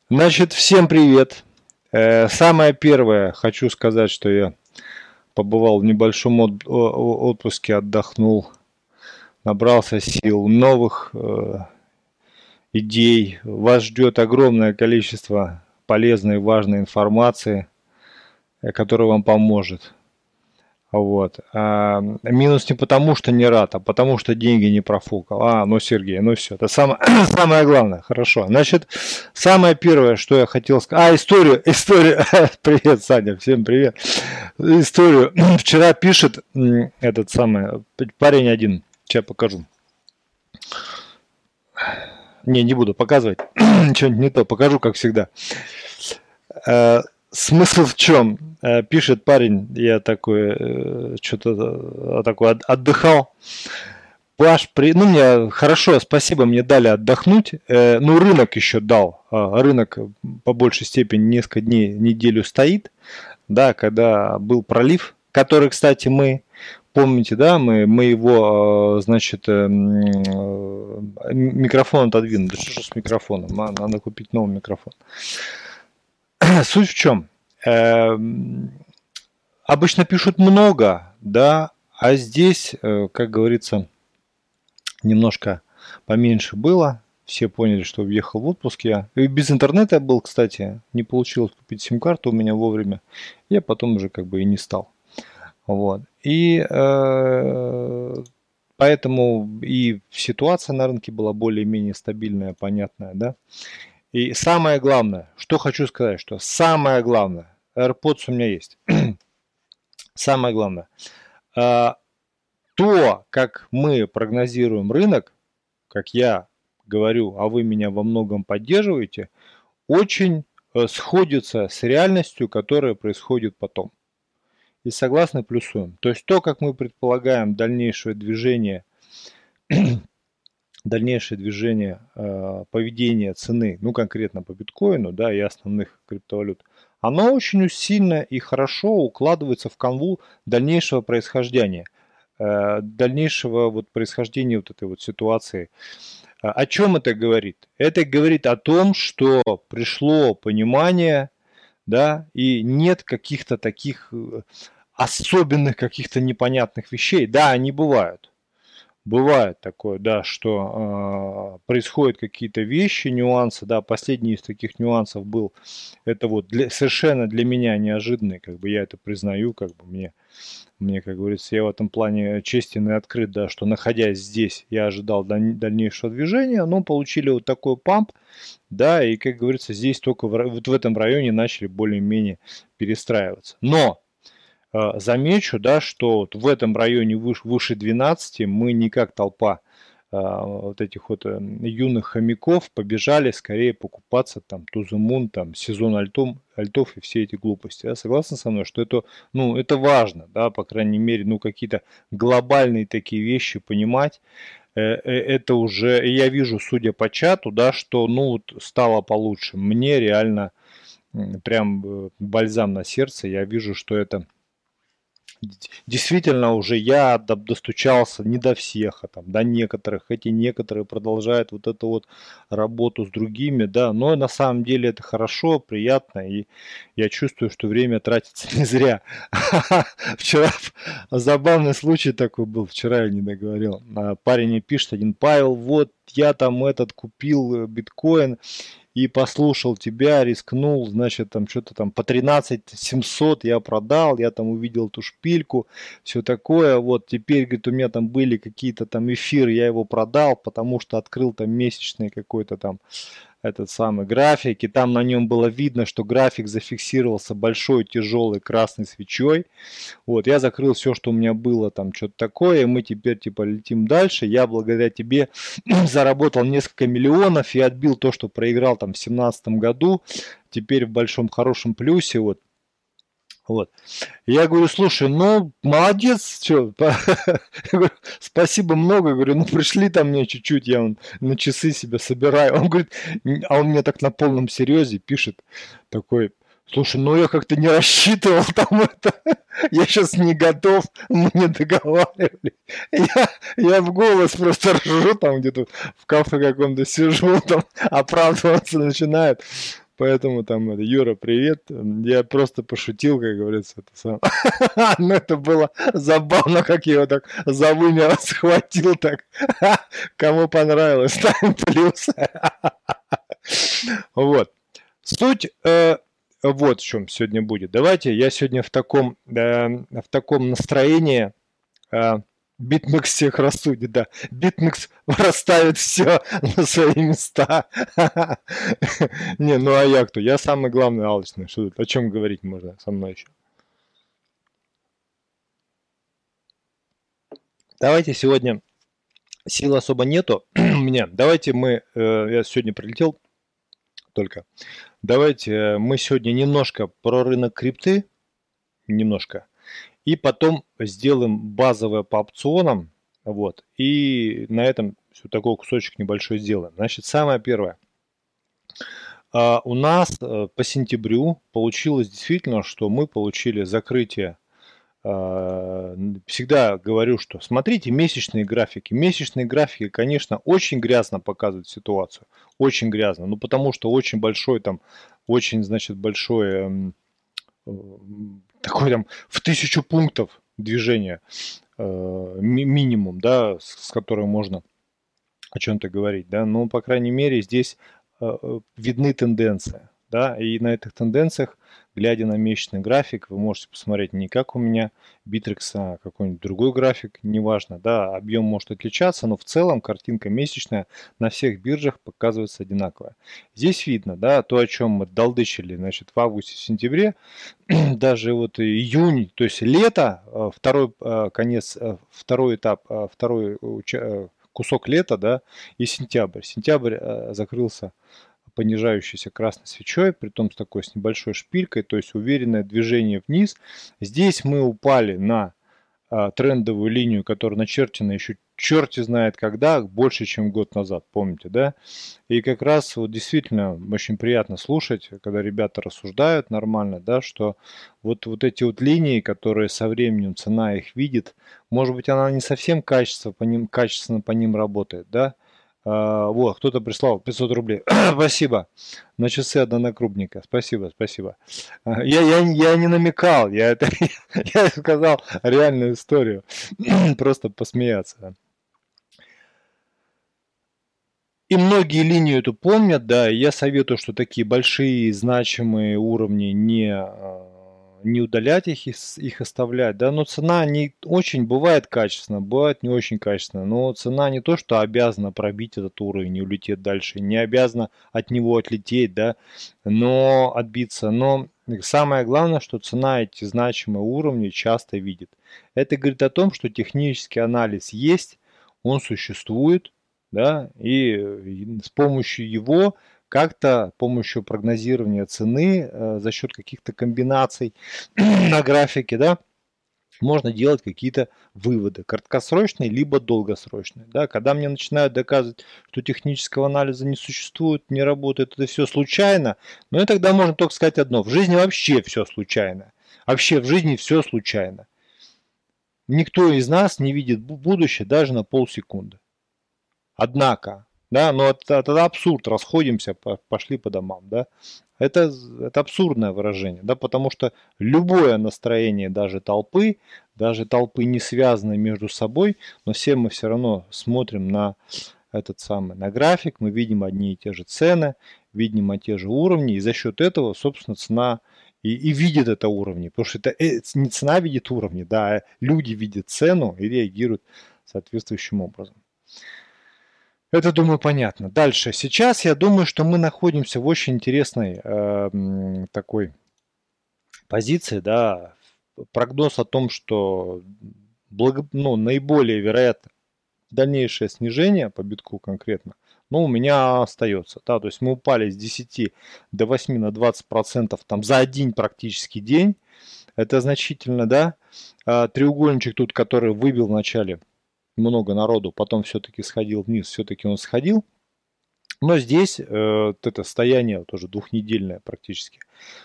Значит, всем привет. Самое первое, хочу сказать, что я побывал в небольшом отпуске, отдохнул, набрался сил, новых идей. Вас ждет огромное количество полезной и важной информации, которая вам поможет. Вот. Минус не потому, что не рад, а потому, что деньги не профукал. Ну, Сергей, ну все, это самое главное. Хорошо. Значит, самое первое, что я хотел сказать. Историю. Привет, Саня, всем привет. Историю. Вчера пишет этот самый парень один. Сейчас покажу. Не буду показывать. Что-нибудь не то. Покажу, как всегда. Смысл в чем? Пишет парень, я такой, что-то такой отдыхал. Паш, мне хорошо, спасибо, мне дали отдохнуть. Рынок еще дал. Рынок по большей степени несколько дней, неделю стоит. Да, когда был пролив, который, кстати, мы, помните, да, мы его, значит, микрофон отодвинули. Да что же с микрофоном? Надо купить новый микрофон. Суть в чем? Обычно пишут много, да, а здесь, как говорится, немножко поменьше было. Все поняли, что уехал в отпуск я. И без интернета был, кстати, не получилось купить сим-карту у меня вовремя. Я потом уже как бы и не стал. Вот. И поэтому и ситуация на рынке была более-менее стабильная, понятная, да. И самое главное, что хочу сказать, что самое главное, AirPods у меня есть. Самое главное, то, как мы прогнозируем рынок, как я говорю, а вы меня во многом поддерживаете, очень сходится с реальностью, которая происходит потом. И согласны, плюсуем. То есть то, как мы предполагаем дальнейшее движение поведения цены, конкретно по биткоину, да, и основных криптовалют, оно очень сильно и хорошо укладывается в канву дальнейшего происхождения, происхождения вот этой вот ситуации. О чем это говорит? Это говорит о том, что пришло понимание, да, и нет каких-то таких особенных, каких-то непонятных вещей. Да, они бывают. Бывает такое, да, что происходят какие-то вещи, нюансы, да, последний из таких нюансов был, это вот совершенно для меня неожиданный, как бы я это признаю, как бы мне, как говорится, я в этом плане честен и открыт, да, что находясь здесь, я ожидал дальнейшего движения, но получили вот такой памп, да, и, как говорится, здесь только вот в этом районе начали более-менее перестраиваться. Но замечу, да, что вот в этом районе выше 12 мы не как толпа вот этих вот юных хомяков побежали скорее покупаться там to the moon, там сезон альтов и все эти глупости. Я согласен со мной, что это, это важно, да, по крайней мере, какие-то глобальные такие вещи понимать. Это уже, я вижу, судя по чату, да, что, стало получше. Мне реально прям бальзам на сердце. Я вижу, что это действительно уже я достучался не до всех, а там до некоторых. Эти некоторые продолжают вот эту вот работу с другими, да. Но на самом деле это хорошо, приятно, и я чувствую, что время тратится не зря. Вчера забавный случай такой был, вчера я не договорил. Парень мне пишет один: Павел, вот я там купил биткоин, и послушал тебя, рискнул, значит, там что-то там по 13 700 я продал, я там увидел эту шпильку, все такое, вот теперь, говорит, у меня там были какие-то там эфиры, я его продал, потому что открыл там месячный какой-то там этот самый график, и там на нем было видно, что график зафиксировался большой тяжелой красной свечой. Вот, я закрыл все, что у меня было, там что-то такое, и мы теперь типа летим дальше. Я благодаря тебе заработал несколько миллионов и отбил то, что проиграл там в 2017 году. Теперь в большом хорошем плюсе, вот. Вот. Я говорю, слушай, молодец, что, спасибо много, говорю, пришли там мне чуть-чуть, я на часы себя собираю. Он говорит, а он мне так на полном серьезе пишет, такой: слушай, я как-то не рассчитывал там это, я сейчас не готов, мы не договаривались. Я в голос просто ржу там где-то в кафе каком-то сижу, там оправдываться начинает. Поэтому там, Юра, привет. Я просто пошутил, как говорится. Это сам. Но это было забавно, как я его так за вымя схватил так. Кому понравилось, ставим плюс. Вот. Суть вот в чем сегодня будет. Давайте я сегодня в таком настроении. BitMEX всех рассудит, да. BitMEX расставит все на свои места. Не, ну а я кто? Я самый главный алчный. Что тут? О чем говорить можно со мной еще? Давайте сегодня, сил особо нету у меня. Давайте я сегодня прилетел только. Давайте мы сегодня немножко про рынок крипты, немножко. И потом сделаем базовое по опционам. Вот. И на этом все такой кусочек небольшой сделаем. Значит, самое первое. У нас по сентябрю получилось действительно, что мы получили закрытие. Всегда говорю, что смотрите месячные графики. Месячные графики, конечно, очень грязно показывают ситуацию. Очень грязно. Ну, потому что очень большой там, очень, значит, большое такой там в 1000 пунктов движения минимум, да, с которым можно о чем-то говорить, да, но, по крайней мере, здесь видны тенденции, да, и на этих тенденциях, глядя на месячный график, вы можете посмотреть не как у меня Bittrex, а какой-нибудь другой график, неважно, да, объем может отличаться, но в целом картинка месячная на всех биржах показывается одинаковая. Здесь видно, да, то, о чем мы долдычили, значит, в августе-сентябре, даже вот июнь, то есть лето, второй конец, второй этап, второй кусок лета, да, и сентябрь. Сентябрь закрылся понижающейся красной свечой, притом с такой с небольшой шпилькой, то есть уверенное движение вниз. Здесь мы упали на трендовую линию, которая начерчена еще черти знает когда, больше, чем год назад, помните, да? И как раз вот действительно очень приятно слушать, когда ребята рассуждают нормально, да, что вот эти вот линии, которые со временем цена их видит, может быть, она не совсем качественно по ним работает, да? Вот, кто-то прислал 500 рублей. Спасибо. На часы однокрупника. Спасибо, спасибо. Я не намекал, я сказал реальную историю. Просто посмеяться. И многие линию эту помнят, да, и я советую, что такие большие значимые уровни не удалять их оставлять, да, но цена не очень бывает качественно, бывает не очень качественно, но цена не то, что обязана пробить этот уровень и улететь дальше, не обязана от него отлететь, да, но отбиться, но самое главное, что цена эти значимые уровни часто видит. Это говорит о том, что технический анализ есть, он существует, да, и с помощью его как-то, помощью прогнозирования цены за счет каких-то комбинаций на графике, да, можно делать какие-то выводы, краткосрочные либо долгосрочные. Да. Когда мне начинают доказывать, что технического анализа не существует, не работает, это все случайно, но и тогда можно только сказать одно: в жизни вообще все случайно. Вообще в жизни все случайно. Никто из нас не видит будущее даже на полсекунды. Однако, да, но это абсурд, расходимся, пошли по домам, да. Это абсурдное выражение, да, потому что любое настроение даже толпы не связаны между собой, но все мы все равно смотрим на на график, мы видим одни и те же цены, видим те же уровни, и за счет этого, собственно, цена и видит это уровни, потому что это не цена видит уровни, да, а люди видят цену и реагируют соответствующим образом. Это, думаю, понятно. Дальше. Сейчас я думаю, что мы находимся в очень интересной такой позиции, да. Прогноз о том, что наиболее вероятно дальнейшее снижение по битку конкретно, у меня остается. Да, то есть мы упали с 10 до 8 на 20% там за один практически день. Это значительно, да. Треугольничек тут, который выбил в начале много народу, потом все-таки сходил вниз, все-таки он сходил. Но здесь это состояние тоже двухнедельное практически.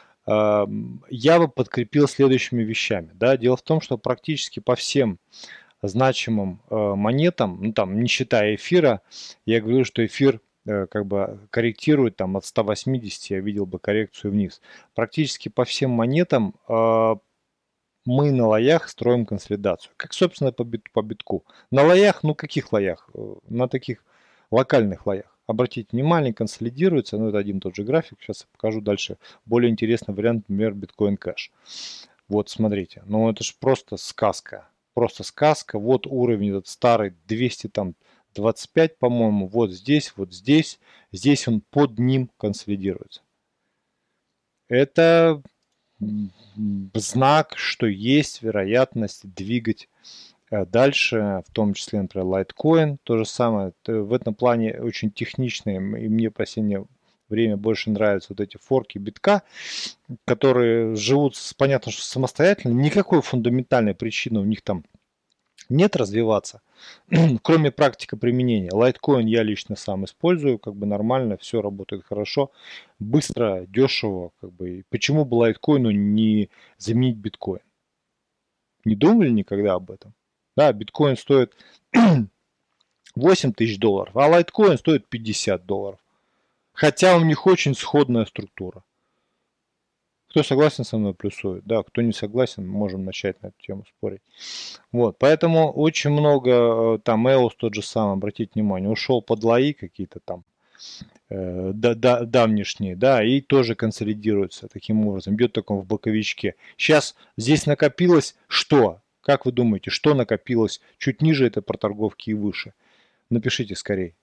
Я бы подкрепил следующими вещами. Да? Дело в том, что практически по всем значимым монетам, там, не считая эфира, я говорю, что эфир как бы корректирует там от 180, я видел бы коррекцию вниз. Практически по всем монетам мы на лоях строим консолидацию. Как, собственно, по битку. На лоях, ну каких лоях? На таких локальных лоях. Обратите внимание, консолидируется, ну это один и тот же график, сейчас я покажу дальше. Более интересный вариант, например, биткоин кэш. Вот, смотрите, ну это же просто сказка. Просто сказка. Вот уровень этот старый, 225, по-моему. Вот здесь, вот здесь. Здесь он под ним консолидируется. Это знак, что есть вероятность двигать дальше, в том числе, например, Litecoin, то же самое. В этом плане очень техничные, и мне в последнее время больше нравятся вот эти форки битка, которые живут, понятно, что самостоятельно, никакой фундаментальной причины у них там нет развиваться, кроме практика применения. Litecoin я лично сам использую, как бы нормально, все работает хорошо, быстро, дешево, как бы. Почему бы Litecoin не заменить биткоин? Не думали никогда об этом? Да, биткоин стоит 8 тысяч долларов, а лайткоин стоит 50 долларов. Хотя у них очень сходная структура. Кто согласен со мной, плюсует. Да, кто не согласен, можем начать на эту тему спорить. Вот, поэтому очень много, там, EOS тот же самый, обратите внимание, ушел под лои какие-то там, давнишние, да, и тоже консолидируется таким образом, бьет таком в боковичке. Сейчас здесь накопилось что? Как вы думаете, что накопилось чуть ниже этой проторговки и выше? Напишите скорее.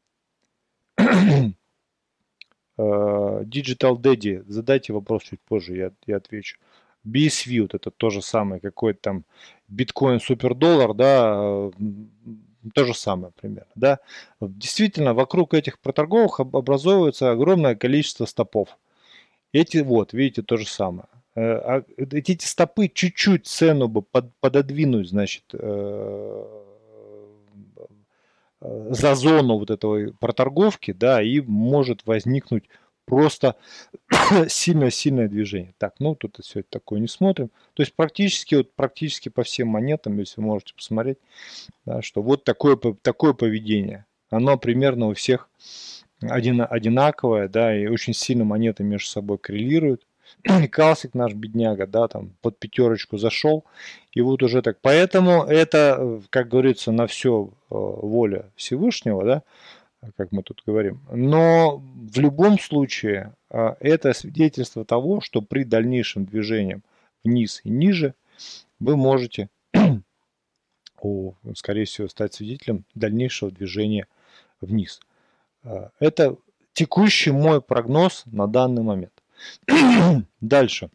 Digital Daddy, задайте вопрос чуть позже, я отвечу. BSV, вот это то же самое, какой-то там биткоин супердоллар, да, то же самое примерно, да. Действительно, вокруг этих проторговок образовывается огромное количество стопов. Эти, вот, видите, то же самое. Эти стопы чуть-чуть цену бы пододвинуть, значит, за зону вот этого проторговки, да, и может возникнуть просто сильное-сильное движение. Так, ну тут все это такое не смотрим. То есть практически по всем монетам, если вы можете посмотреть, да, что вот такое поведение. Оно примерно у всех одинаковое, да, и очень сильно монеты между собой коррелируют. Калсик наш бедняга, да, там под пятерочку зашел, и вот уже так. Поэтому это, как говорится, на все воля Всевышнего, да, как мы тут говорим. Но в любом случае это свидетельство того, что при дальнейшем движении вниз и ниже вы можете, скорее всего, стать свидетелем дальнейшего движения вниз. Это текущий мой прогноз на данный момент. Дальше.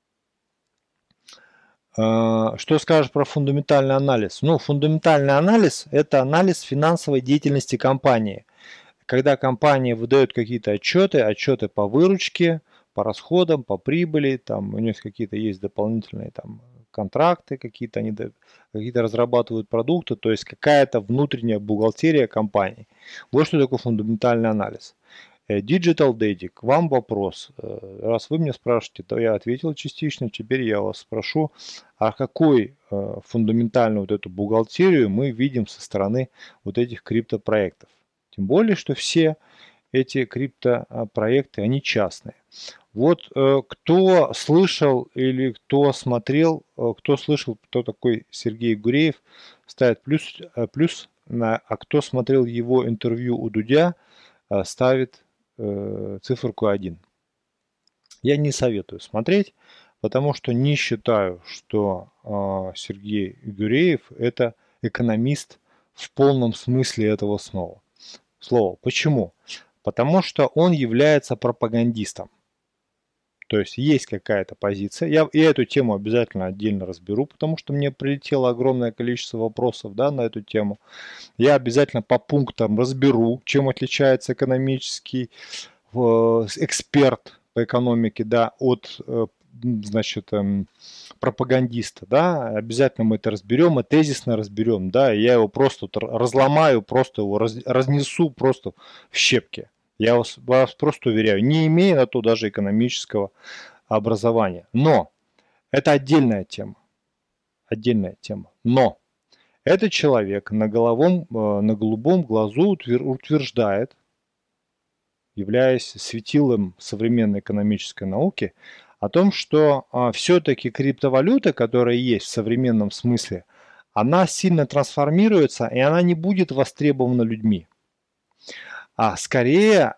Что скажешь про фундаментальный анализ? Ну, фундаментальный анализ – это анализ финансовой деятельности компании. Когда компания выдает какие-то отчеты по выручке, по расходам, по прибыли, там у них какие-то есть дополнительные там контракты, какие-то они какие-то разрабатывают продукты, то есть какая-то внутренняя бухгалтерия компании. Вот что такое фундаментальный анализ. Digital Daddy, к вам вопрос. Раз вы меня спрашиваете, то я ответил частично, теперь я вас спрошу, а какой фундаментальную вот эту бухгалтерию мы видим со стороны вот этих криптопроектов? Тем более, что все эти криптопроекты, они частные. Вот кто слышал или кто смотрел, кто слышал, кто такой Сергей Гуреев, ставит плюс, а кто смотрел его интервью у Дудя, ставит циферку 1. Я не советую смотреть, потому что не считаю, что Сергей Гуреев это экономист в полном смысле этого слова. Почему? Потому что он является пропагандистом. То есть есть какая-то позиция. Я эту тему обязательно отдельно разберу, потому что мне прилетело огромное количество вопросов, да, на эту тему. Я обязательно по пунктам разберу, чем отличается экономический эксперт по экономике, да, от, значит, пропагандиста, да, обязательно мы это разберем, и тезисно разберем, да, я его просто разломаю, просто его разнесу просто в щепки. Я вас просто уверяю, не имея на то даже экономического образования. Но это отдельная тема. Отдельная тема. Но этот человек на голубом глазу утверждает, являясь светилом современной экономической науки, о том, что все-таки криптовалюта, которая есть в современном смысле, она сильно трансформируется, и она не будет востребована людьми. А скорее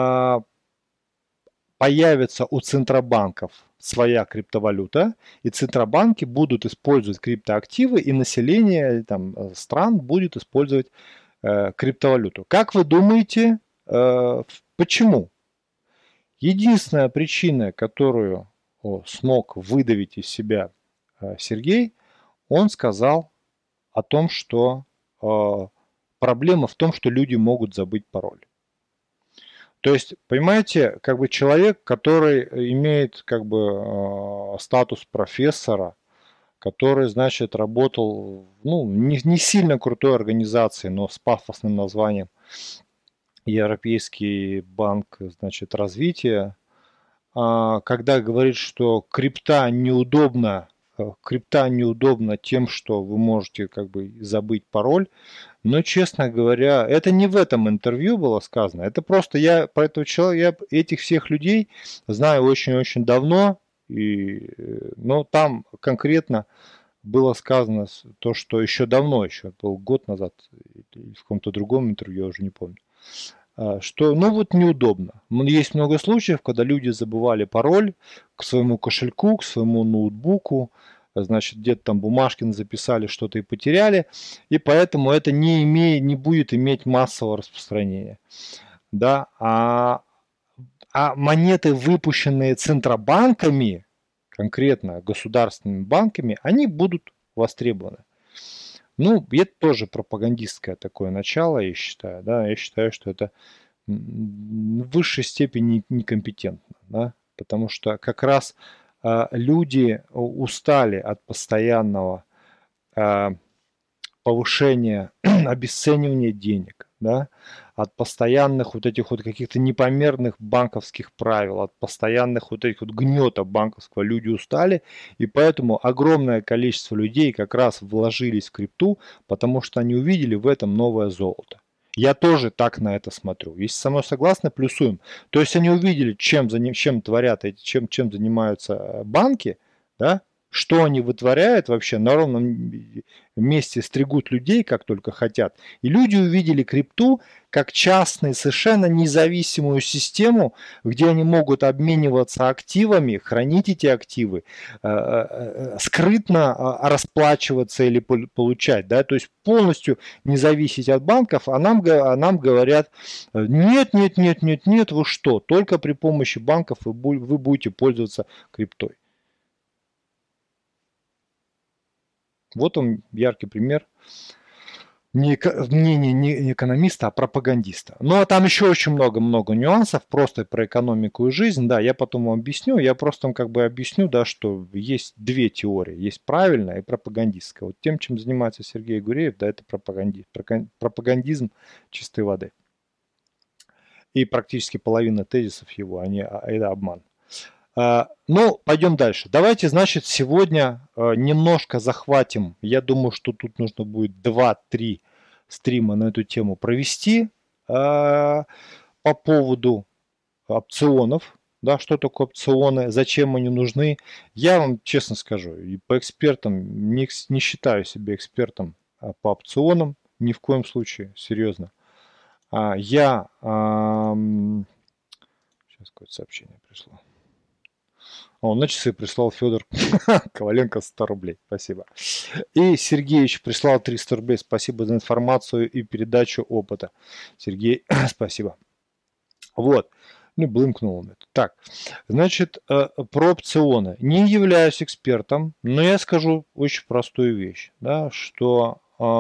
появится у центробанков своя криптовалюта, и центробанки будут использовать криптоактивы, и население стран будет использовать криптовалюту. Как вы думаете, почему? Единственная причина, которую смог выдавить из себя Сергей, он сказал о том, что проблема в том, что люди могут забыть пароль. То есть, понимаете, как бы человек, который имеет как бы статус профессора, который, значит, работал, не сильно крутой организации, но с пафосным названием Европейский банк, значит, развития, когда говорит, что крипта неудобна тем, что вы можете как бы забыть пароль, но, честно говоря, это не в этом интервью было сказано. Это просто я про этого человека, я этих всех людей знаю очень-очень давно, но там конкретно было сказано то, что еще давно, еще был год назад, или в каком-то другом интервью, я уже не помню, что, неудобно. Есть много случаев, когда люди забывали пароль к своему кошельку, к своему ноутбуку, значит, где-то там бумажки записали, что-то и потеряли, и поэтому это не будет иметь массового распространения. Да? А монеты, выпущенные центробанками, конкретно государственными банками, они будут востребованы. Это тоже пропагандистское такое начало, я считаю. Да? Я считаю, что это в высшей степени некомпетентно. Да? Потому что как раз люди устали от постоянного повышения, обесценивания денег, да, от постоянных вот этих вот каких-то непомерных банковских правил, от постоянных вот этих вот гнета банковского люди устали, и поэтому огромное количество людей как раз вложились в крипту, потому что они увидели в этом новое золото. Я тоже так на это смотрю. Если со мной согласны, плюсуем. То есть они увидели, чем творят, чем занимаются банки, да, что они вытворяют вообще, на ровном месте стригут людей, как только хотят. И люди увидели крипту как частную, совершенно независимую систему, где они могут обмениваться активами, хранить эти активы, скрытно расплачиваться или получать. Да? То есть полностью не зависеть от банков, а нам говорят, нет, вы что, только при помощи банков вы будете пользоваться криптой. Вот он яркий пример не экономиста, а пропагандиста. Ну, а там еще очень много нюансов, просто про экономику и жизнь. Да, я потом вам объясню. Я просто как бы объясню, да, что есть две теории. Есть правильная и пропагандистская. Вот тем, чем занимается Сергей Гуреев, да, это пропагандизм чистой воды. И практически половина тезисов его, это обман. Пойдем дальше. Давайте, значит, сегодня немножко захватим. Я думаю, что тут нужно будет 2-3 стрима на эту тему провести по поводу опционов. Да, что такое опционы, зачем они нужны. Я вам честно скажу, и по экспертам, не считаю себя экспертом по опционам, ни в коем случае, серьезно. Сейчас какое-то сообщение пришло. На часы прислал Федор Коваленко 100 рублей. Спасибо. И Сергеевич прислал 300 рублей. Спасибо за информацию и передачу опыта. Сергей, спасибо. Вот. Блымкнул он это. Так, значит, про опционы. Не являюсь экспертом, но я скажу очень простую вещь. Да, что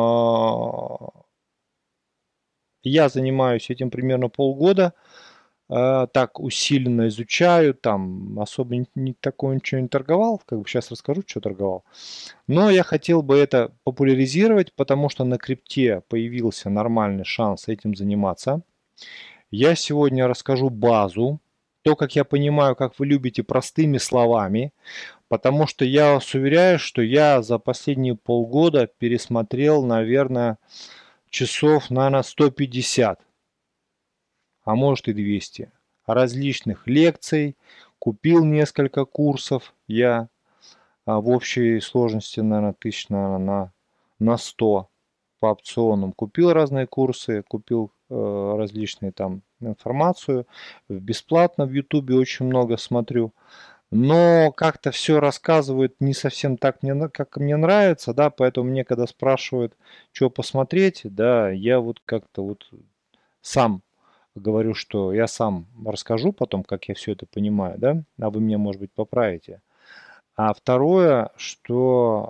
я занимаюсь этим примерно полгода. Так усиленно изучаю, там особо ничего не торговал, как бы сейчас расскажу, что торговал. Но я хотел бы это популяризировать, потому что на крипте появился нормальный шанс этим заниматься. Я сегодня расскажу базу, то, как я понимаю, как вы любите, простыми словами, потому что я вас уверяю, что я за последние полгода пересмотрел, наверное, часов, 150 а может и 200 различных лекций, купил несколько курсов я, в общей сложности, наверное, тысяч, наверное, на 100 по опционам. Купил разные курсы, купил различные там информацию, бесплатно в Ютубе очень много смотрю. Но как-то все рассказывают не совсем так, как мне нравится, да, поэтому мне, когда спрашивают, что посмотреть, да, я вот как-то вот сам говорю, что я сам расскажу потом, как я все это понимаю, да, а вы меня, может быть, поправите. А второе, что,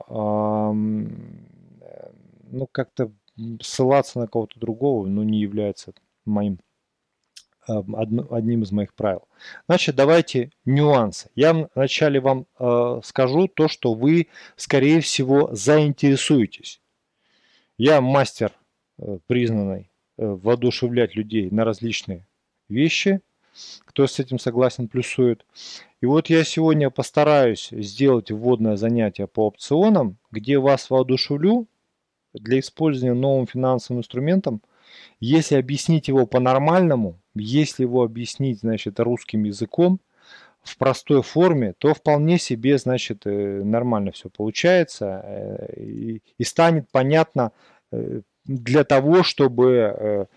ну, как-то ссылаться на кого-то другого, ну, не является моим одним из моих правил. Значит, давайте нюансы. Я вначале вам скажу то, что вы, скорее всего, заинтересуетесь. Я мастер признанный воодушевлять людей на различные вещи. Кто с этим согласен, плюсует. И вот я сегодня постараюсь сделать вводное занятие по опционам, где вас воодушевлю для использования новым финансовым инструментом. Если объяснить его по-нормальному, если его объяснить, значит, русским языком, в простой форме, то вполне себе, значит, нормально все получается и станет понятно для того, чтобы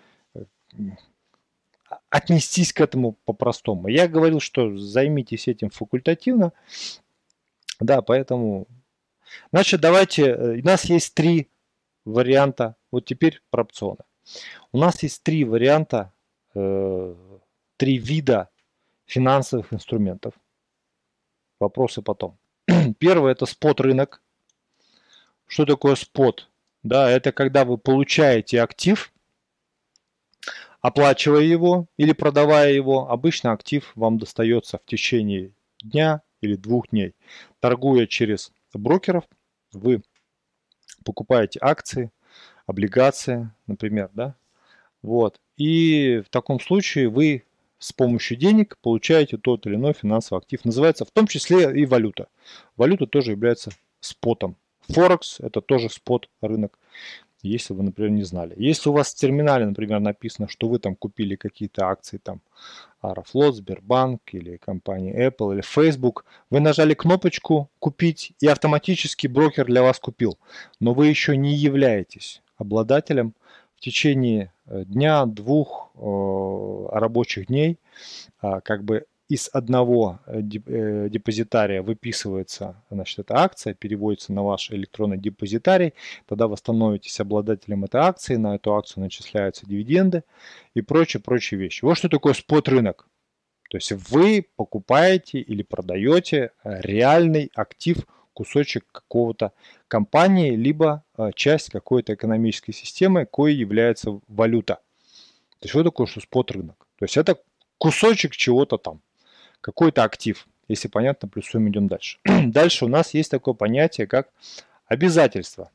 отнестись к этому по-простому. Я говорил, что займитесь этим факультативно, да, поэтому... Значит, давайте, у нас есть 3 варианта, вот теперь про опционы. У нас есть 3 варианта, 3 вида финансовых инструментов. Вопросы потом. Первый – это спот-рынок. Что такое спот? Да, это когда вы получаете актив, оплачивая его или продавая его. Обычно актив вам достается в течение дня или 2 дней. Торгуя через брокеров, вы покупаете акции, облигации, например, да. Вот. И в таком случае вы с помощью денег получаете тот или иной финансовый актив. Называется в том числе и валюта. Валюта тоже является спотом. Форекс – это тоже спот рынок, если вы, например, не знали. Если у вас в терминале, например, написано, что вы там купили какие-то акции, там Аэрофлот, Сбербанк или компании Apple или Facebook, вы нажали кнопочку «Купить» и автоматически брокер для вас купил. Но вы еще не являетесь обладателем. В течение дня, 2 рабочих дней как бы из одного депозитария выписывается, значит, эта акция, переводится на ваш электронный депозитарий, тогда вы становитесь обладателем этой акции, на эту акцию начисляются дивиденды и прочие вещи. Вот что такое спот-рынок. То есть вы покупаете или продаете реальный актив, кусочек какого-то компании, либо часть какой-то экономической системы, коей является валюта. То есть что такое что спот-рынок? То есть это кусочек чего-то там, какой-то актив. Если понятно, плюсуем, идем дальше. Дальше у нас есть такое понятие, как обязательства.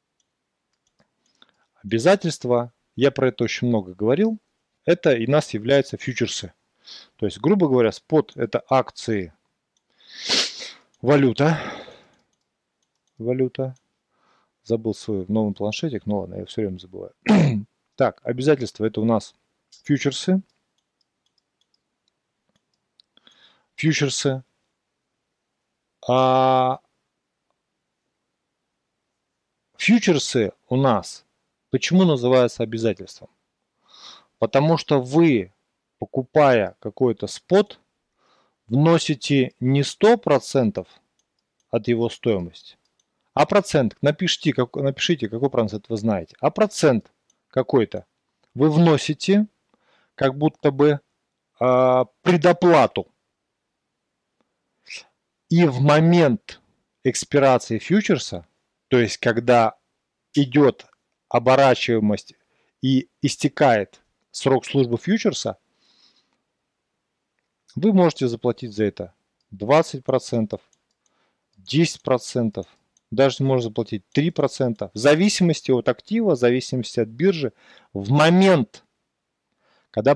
Обязательства, я про это очень много говорил, это и нас являются фьючерсы. То есть, грубо говоря, спот – это акции, валюта. Забыл свой новый планшетик, но ладно, я все время забываю. Так, обязательства – это у нас фьючерсы. А фьючерсы у нас почему называются обязательством? Потому что вы, покупая какой-то спот, вносите не 100% от его стоимости, а процент. Напишите, какой процент вы знаете. А процент какой-то вы вносите как будто бы предоплату. И в момент экспирации фьючерса, то есть когда идет оборачиваемость и истекает срок службы фьючерса, вы можете заплатить за это 20%, 10%, даже можно заплатить 3%, в зависимости от актива, в зависимости от биржи. В момент, когда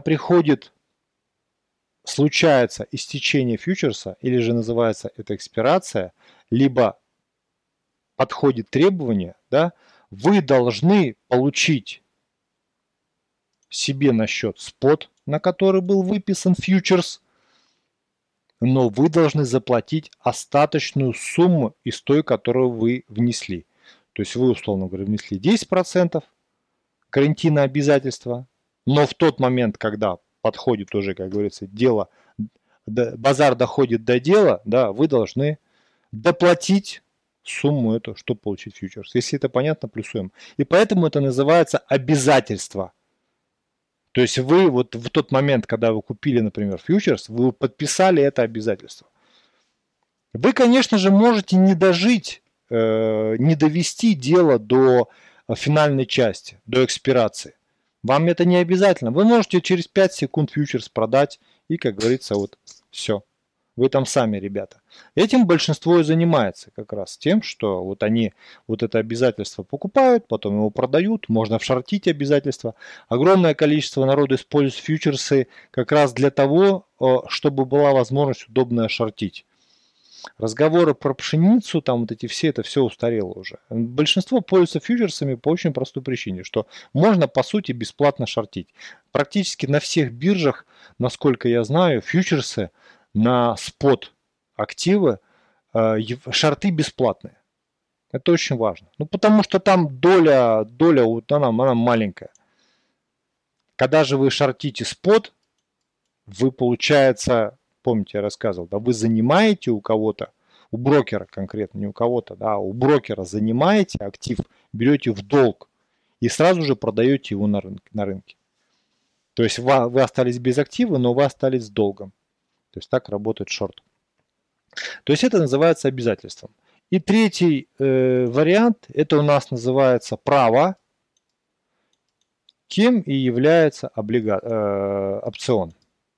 случается истечение фьючерса, или же называется это экспирация, либо подходит требование, да, вы должны получить себе на счет спот на который был выписан фьючерс, но вы должны заплатить остаточную сумму из той, которую вы внесли. То есть вы, условно говоря, внесли 10% гарантийное обязательство, но в тот момент, когда подходит уже, как говорится, дело, базар доходит до дела, да, вы должны доплатить сумму эту, чтобы получить фьючерс. Если это понятно, плюсуем. И поэтому это называется обязательство. То есть вы вот в тот момент, когда вы купили, например, фьючерс, вы подписали это обязательство. Вы, конечно же, можете не дожить, не довести дело до финальной части, до экспирации. Вам это не обязательно. Вы можете через 5 секунд фьючерс продать и, как говорится, вот все. Вы там сами, ребята. Этим большинство и занимается как раз тем, что вот они вот это обязательство покупают, потом его продают, можно вшортить обязательства. Огромное количество народу использует фьючерсы как раз для того, чтобы была возможность удобно шортить. Разговоры про пшеницу, там вот эти все, это все устарело уже. Большинство пользуются фьючерсами по очень простой причине, что можно по сути бесплатно шортить. Практически на всех биржах, насколько я знаю, фьючерсы на спот активы, шорты бесплатные. Это очень важно. Ну, потому что там доля она маленькая. Когда же вы шортите спот, вы, получается, помните, я рассказывал, да, вы занимаете у кого-то, у брокера конкретно, не у кого-то, да, у брокера занимаете актив, берете в долг и сразу же продаете его на рынке. То есть вы остались без актива, но вы остались с долгом. То есть так работает шорт. То есть это называется обязательством. И третий вариант, это у нас называется право, кем и является опцион.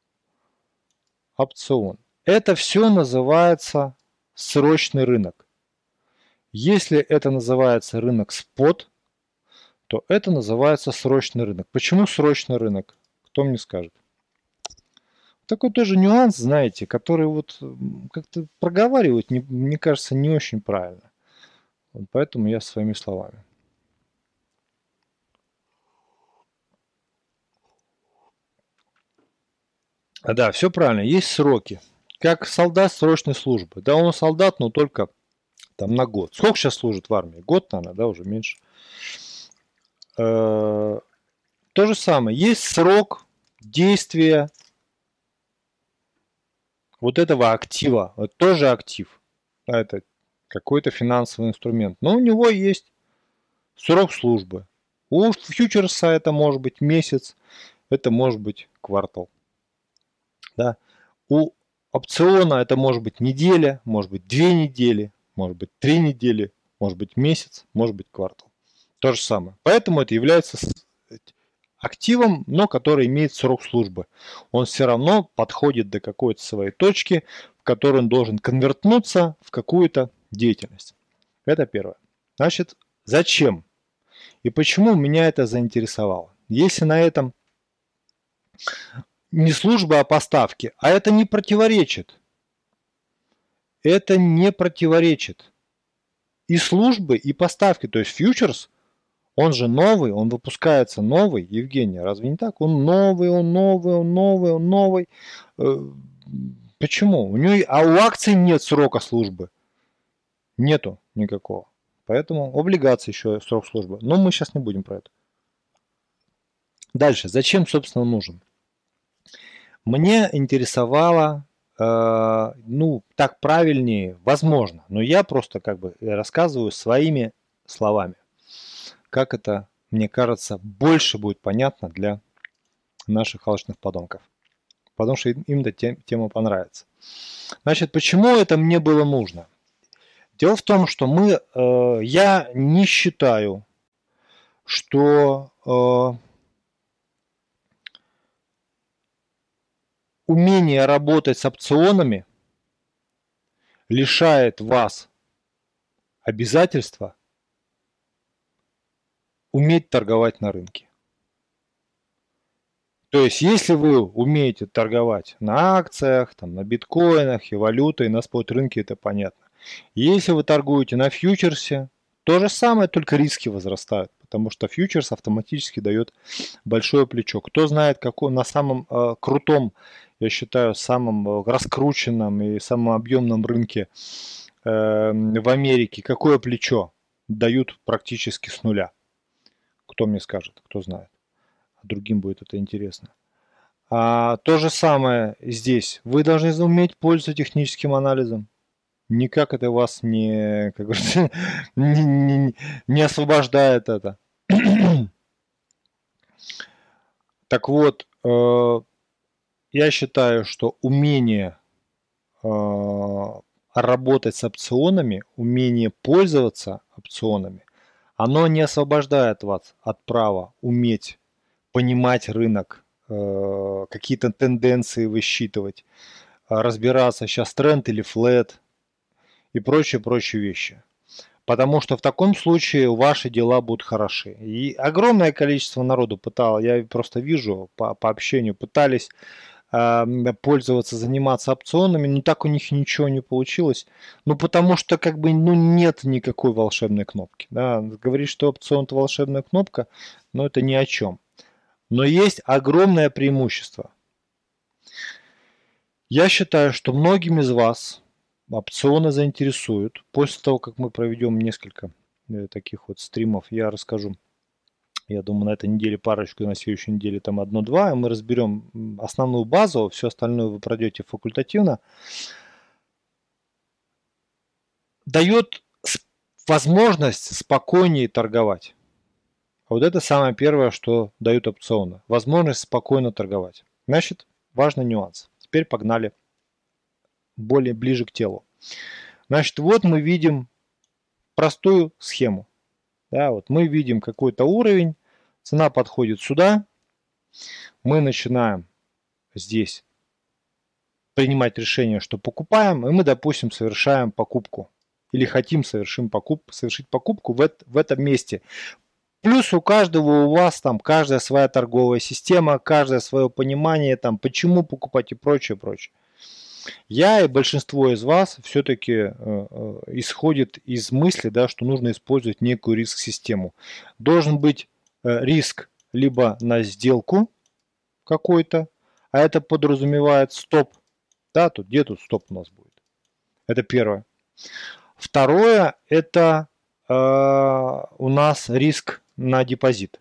Опцион. Это все называется срочный рынок. Если это называется рынок спот, то это называется срочный рынок. Почему срочный рынок? Кто мне скажет? Такой тоже нюанс, знаете, который вот как-то проговаривать, мне кажется, не очень правильно. Вот поэтому я своими словами. Да, все правильно, есть сроки. Как солдат срочной службы. Да, он солдат, но только там на год. Сколько сейчас служит в армии? Год, наверное, да, уже меньше. То же самое. Есть срок действия вот этого актива. Это тоже актив. Это какой-то финансовый инструмент. Но у него есть срок службы. У фьючерса это может быть месяц, это может быть квартал. Да. У опциона это может быть неделя, может быть 2 недели, может быть 3 недели, может быть месяц, может быть квартал. То же самое. Поэтому это является активом, но который имеет срок службы. Он все равно подходит до какой-то своей точки, в которой он должен конвертнуться в какую-то деятельность. Это первое. Значит, зачем? И почему меня это заинтересовало? Если на этом не служба, а поставки, а это не противоречит. Это не противоречит. И службы, и поставки, то есть фьючерс, он же новый, он выпускается новый, Евгений, разве не так? Он новый, он новый, он новый, он новый. Почему? А у акций нет срока службы. Нету никакого. Поэтому облигации еще срок службы. Но мы сейчас не будем про это. Дальше. Зачем, собственно, нужен? Мне интересовало, так правильнее, возможно, но я просто как бы рассказываю своими словами. Как это, мне кажется, больше будет понятно для наших алчных подонков. Потому что им эта тема понравится. Значит, почему это мне было нужно? Дело в том, что я не считаю, что умение работать с опционами лишает вас обязательства уметь торговать на рынке. То есть, если вы умеете торговать на акциях, там, на биткоинах и валютой, на спот-рынке, это понятно. Если вы торгуете на фьючерсе, то же самое, только риски возрастают. потому что фьючерс автоматически дает большое плечо. Кто знает, какой на самом крутом, я считаю, самом раскрученном и самом объемном рынке в Америке, какое плечо дают практически с нуля? Кто мне скажет, кто знает. А другим будет это интересно. То же самое здесь. Вы должны уметь пользоваться техническим анализом. Никак это вас не, как говорится, не освобождает это. Так вот, я считаю, что умение работать с опционами, умение пользоваться опционами, оно не освобождает вас от права уметь понимать рынок, какие-то тенденции высчитывать, разбираться, сейчас тренд или флэт и прочие вещи. Потому что в таком случае ваши дела будут хороши. И огромное количество народу я просто вижу по общению, пытались пользоваться, заниматься опционами, но так у них ничего не получилось. Ну, потому что как бы нет никакой волшебной кнопки. Да? Говорить, что опцион – это волшебная кнопка, но это ни о чем. Но есть огромное преимущество. Я считаю, что многим из вас опционы заинтересуют. После того, как мы проведем несколько таких вот стримов, я расскажу. Я думаю, на этой неделе парочку, на следующей неделе там 1-2, и мы разберем основную базу, все остальное вы пройдете факультативно. Дает возможность спокойнее торговать. А вот это самое первое, что дают опционы. Возможность спокойно торговать. Значит, важный нюанс. Теперь погнали ближе к телу. Значит, вот мы видим простую схему. Да, вот мы видим какой-то уровень, цена подходит сюда, мы начинаем здесь принимать решение, что покупаем, и мы, допустим, совершаем покупку. Или хотим совершить покупку в этом месте. Плюс у каждого у вас там каждая своя торговая система, каждое свое понимание, там, почему покупать и прочее. Я и большинство из вас все-таки исходит из мысли, да, что нужно использовать некую риск-систему. Должен быть риск либо на сделку какой-то, а это подразумевает стоп. Да, где тут стоп у нас будет? Это первое. Второе, это у нас риск на депозит.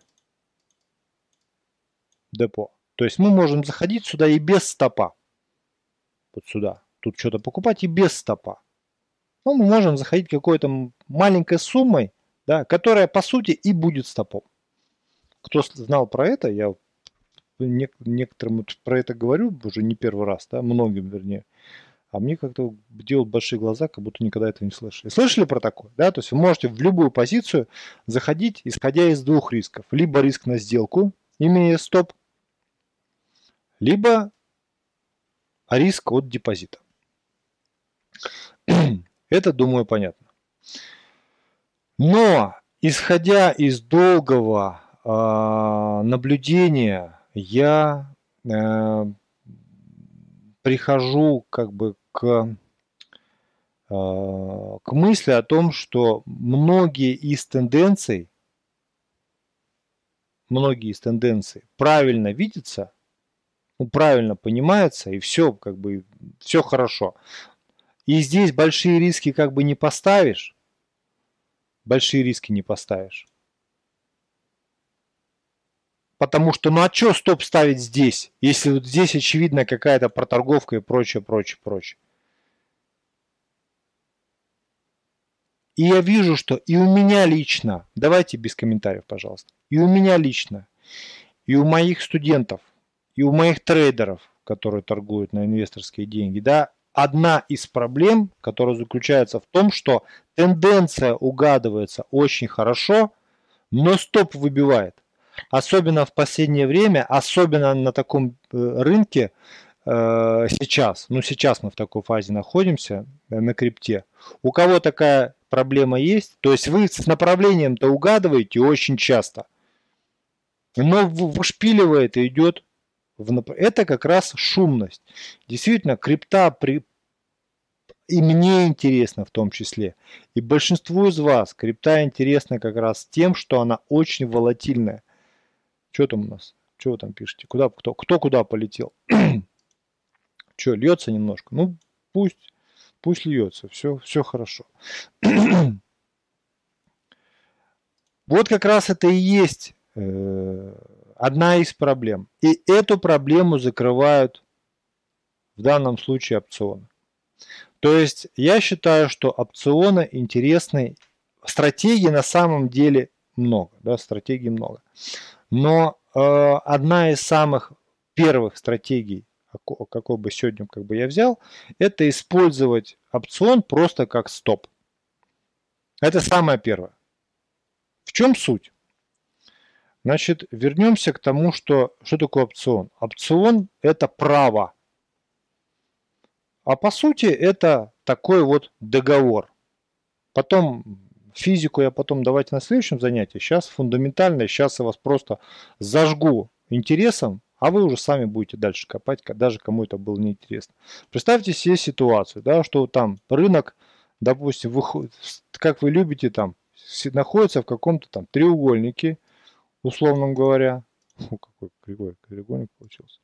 Депо. То есть мы можем заходить сюда и без стопа. Вот сюда. Тут что-то покупать и без стопа. Но мы можем заходить какой-то маленькой суммой, да, которая по сути и будет стопом. Кто знал про это, я некоторым про это говорю уже не первый раз, да, многим вернее. А мне как-то делают большие глаза, как будто никогда этого не слышали. Слышали про такое? Да? То есть вы можете в любую позицию заходить, исходя из двух рисков. Либо риск на сделку, имея стоп, либо риск от депозита. Это, думаю, понятно. Но, исходя из долгого наблюдения, я прихожу как бы к мысли о том, что многие из тенденций правильно видятся, правильно понимаются, и все как бы все хорошо. И здесь большие риски как бы не поставишь. Потому что, ну а что стоп ставить здесь, если вот здесь очевидно какая-то проторговка и прочее. И я вижу, что и у меня лично, давайте без комментариев, пожалуйста, и у меня лично, и у моих студентов, и у моих трейдеров, которые торгуют на инвесторские деньги, да, одна из проблем, которая заключается в том, что тенденция угадывается очень хорошо, но стоп выбивает. Особенно в последнее время, особенно на таком рынке сейчас. Ну, сейчас мы в такой фазе находимся на крипте. У кого такая проблема есть, то есть вы с направлением-то угадываете очень часто, но вышпиливает и идет это как раз шумность. Действительно, крипта И мне интересно в том числе. И большинству из вас крипта интересна как раз тем, что она очень волатильная. Что там у нас? Что вы там пишете? Кто куда полетел? Что, льется немножко? Ну, пусть льется. Все хорошо. Вот как раз это и есть одна из проблем. И эту проблему закрывают в данном случае опционы. То есть я считаю, что опционы интересны. Стратегий на самом деле много. Да, стратегий много. Но одна из самых первых стратегий, какой бы сегодня я взял, это использовать опцион просто как стоп. Это самое первое. В чем суть? Значит, вернемся к тому, что такое опцион. Опцион – это право. А по сути это такой вот договор. Потом физику я давайте на следующем занятии. Сейчас фундаментально, сейчас я вас просто зажгу интересом, а вы уже сами будете дальше копать, даже кому это было неинтересно. Представьте себе ситуацию, да, что там рынок, допустим, как вы любите, там находится в каком-то там треугольнике, условно говоря. Какой кривой треугольник получился.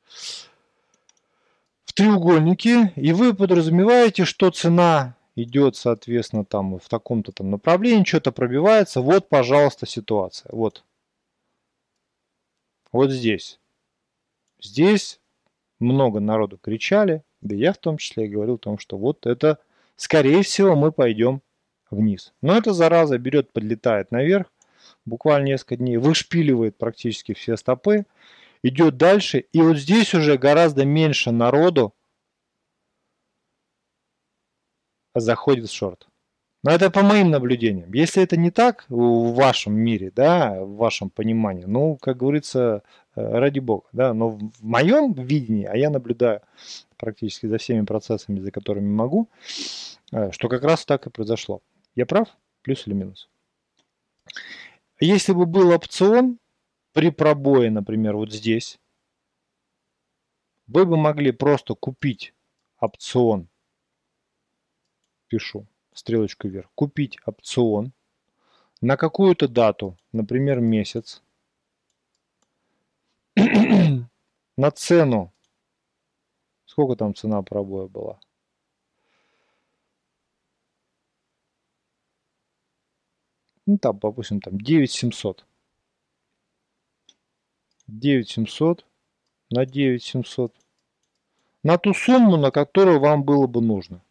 В треугольнике, и вы подразумеваете, что цена идет, соответственно, там в таком-то там направлении, что-то пробивается. Вот, пожалуйста, ситуация. Вот здесь. Здесь много народу кричали, да я в том числе говорил о том, что вот это, скорее всего, мы пойдем вниз. Но эта зараза берет, подлетает наверх, буквально несколько дней, вышпиливает практически все стопы, идет дальше, и вот здесь уже гораздо меньше народу заходит в шорт. Но это по моим наблюдениям. Если это не так в вашем мире, да, в вашем понимании, ну, как говорится, ради бога, да, но в моем видении, а я наблюдаю практически за всеми процессами, за которыми могу, что как раз так и произошло. Я прав? Плюс или минус? Если бы был опцион при пробое, например, вот здесь, вы бы могли просто купить опцион, пишу, стрелочку вверх, купить опцион на какую-то дату, например, месяц, на цену, сколько там цена пробоя была? Ну, там, допустим, там 9700. 9700 на 9700. На ту сумму, на которую вам было бы нужно.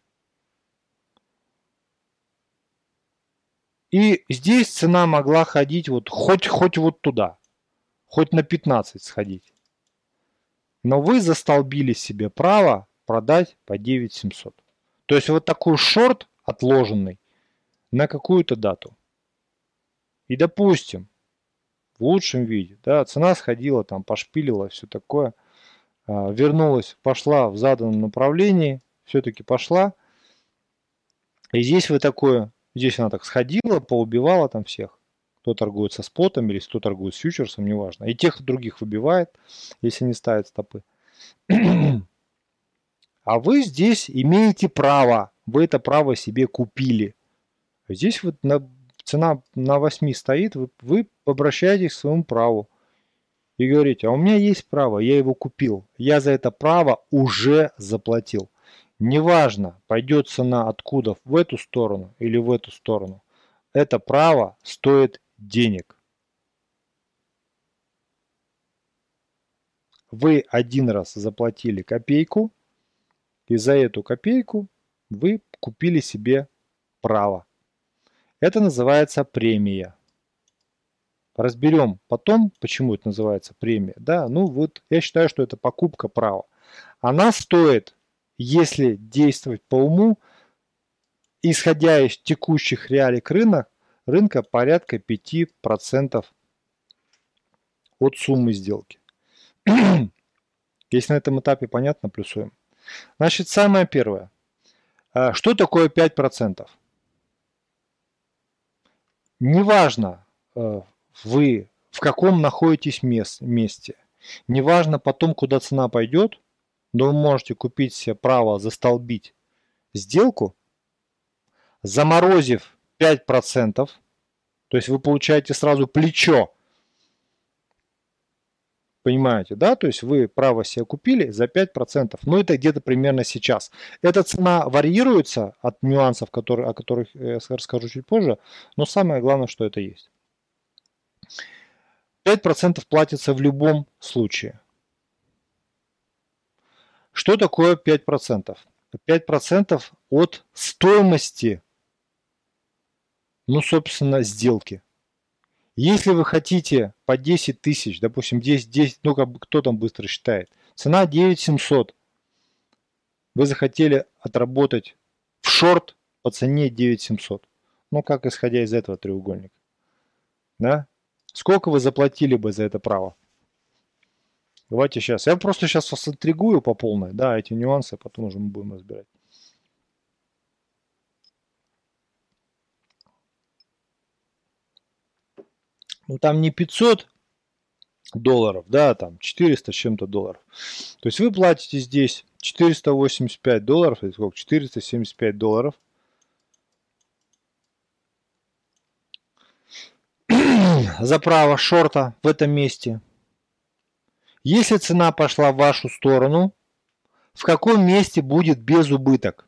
И здесь цена могла ходить вот хоть вот туда. Хоть на 15 сходить. Но вы застолбили себе право продать по 9700. То есть вот такой шорт отложенный на какую-то дату. И допустим, в лучшем виде, да, цена сходила, там пошпилила, все такое, вернулась, пошла в заданном направлении, все-таки пошла. И здесь вы такое, здесь она так сходила, поубивала там всех. Кто торгует со спотом или кто торгует с фьючерсом, неважно. И тех, и других выбивает, если не ставит стопы. А вы здесь имеете право, вы это право себе купили. Здесь вот цена на 8 стоит, вы обращаетесь к своему праву и говорите, а у меня есть право, я его купил, я за это право уже заплатил. Неважно, пойдет цена откуда, в эту сторону или в эту сторону. Это право стоит денег. Вы один раз заплатили копейку, и за эту копейку вы купили себе право. Это называется премия. Разберем потом, почему это называется премия. Да, ну вот я считаю, что это покупка права. Она стоит, если действовать по уму, исходя из текущих реалий рынка порядка 5% от суммы сделки. Если на этом этапе понятно, плюсуем. Значит, самое первое. Что такое 5%? Неважно, вы в каком находитесь месте. Неважно потом, куда цена пойдет, но вы можете купить себе право застолбить сделку заморозив 5%, то есть вы получаете сразу плечо. Понимаете, да? То есть вы право себе купили за 5%. Ну, это где-то примерно сейчас. Эта цена варьируется от нюансов, о которых я расскажу чуть позже, но самое главное, что это есть. 5% платится в любом случае. Что такое 5%? 5% от стоимости, ну, собственно, сделки. Если вы хотите по 10 тысяч, допустим, 10, ну, кто там быстро считает, цена 9700, вы захотели отработать в шорт по цене 9700. Ну, как исходя из этого треугольника. Да? Сколько вы заплатили бы за это право? Давайте сейчас. Я просто сейчас вас интригую по полной, да, эти нюансы, потом уже мы будем разбирать. Ну, там не 500 долларов, да, там 400 с чем-то долларов. То есть вы платите здесь 485 долларов, это сколько? 475 долларов. За право шорта в этом месте. Если цена пошла в вашу сторону, в каком месте будет безубыток?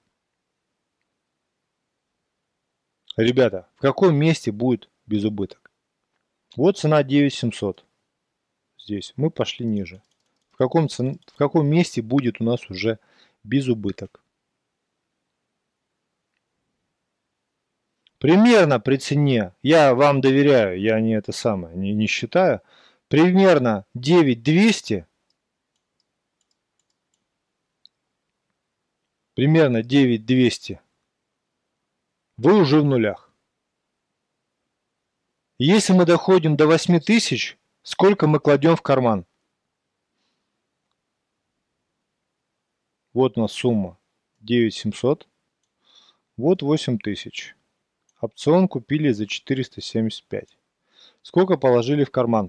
Ребята, в каком месте будет безубыток? Вот цена 9700. Здесь мы пошли ниже. В каком месте будет у нас уже безубыток? Примерно при цене, я вам доверяю, я не это самое, не считаю, примерно 9200, примерно 9200, вы уже в нулях. Если мы доходим до 8000, сколько мы кладем в карман? Вот у нас сумма 9700, вот 8000. Опцион купили за 475. Сколько положили в карман?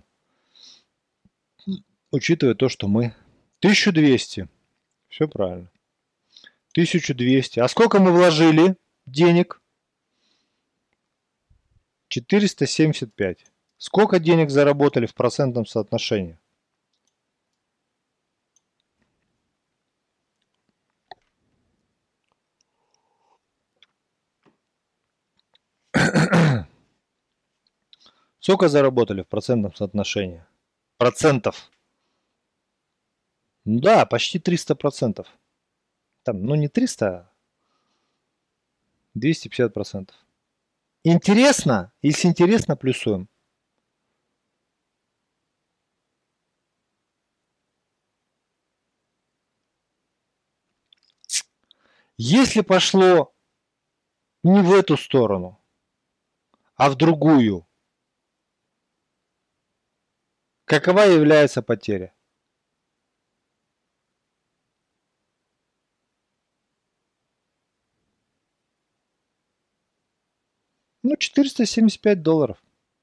Учитывая то, что мы 1200. Все правильно. 1200. А сколько мы вложили денег? 475. Сколько денег заработали в процентном соотношении? Сколько заработали в процентном соотношении? Процентов. Да, почти 300%. Там, ну не 300, а 250%. Интересно? Если интересно, плюсуем. Если пошло не в эту сторону, а в другую, какова является потеря? Ну, 475 долларов.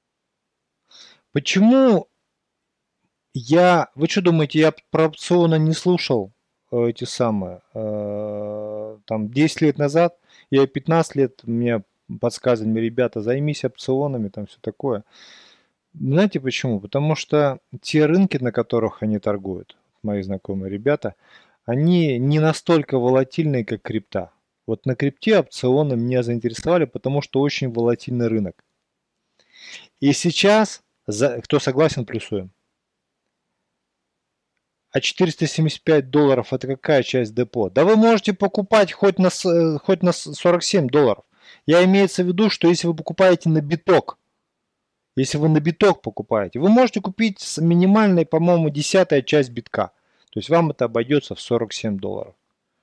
Почему вы что думаете, я про опционы не слушал эти самые, там 10 лет назад, я 15 лет, мне подсказывали ребята, займись опционами, там все такое. Знаете почему? Потому что те рынки, на которых они торгуют, мои знакомые ребята, они не настолько волатильные, как крипта. Вот на крипте опционы меня заинтересовали, потому что очень волатильный рынок. И сейчас, кто согласен, плюсуем. А 475 долларов это какая часть депо? Да вы можете покупать хоть на 47 долларов. Я имеется в виду, что если вы покупаете на биток, если вы на биток покупаете, вы можете купить с минимальной, по-моему, 10-я часть битка. То есть вам это обойдется в 47 долларов.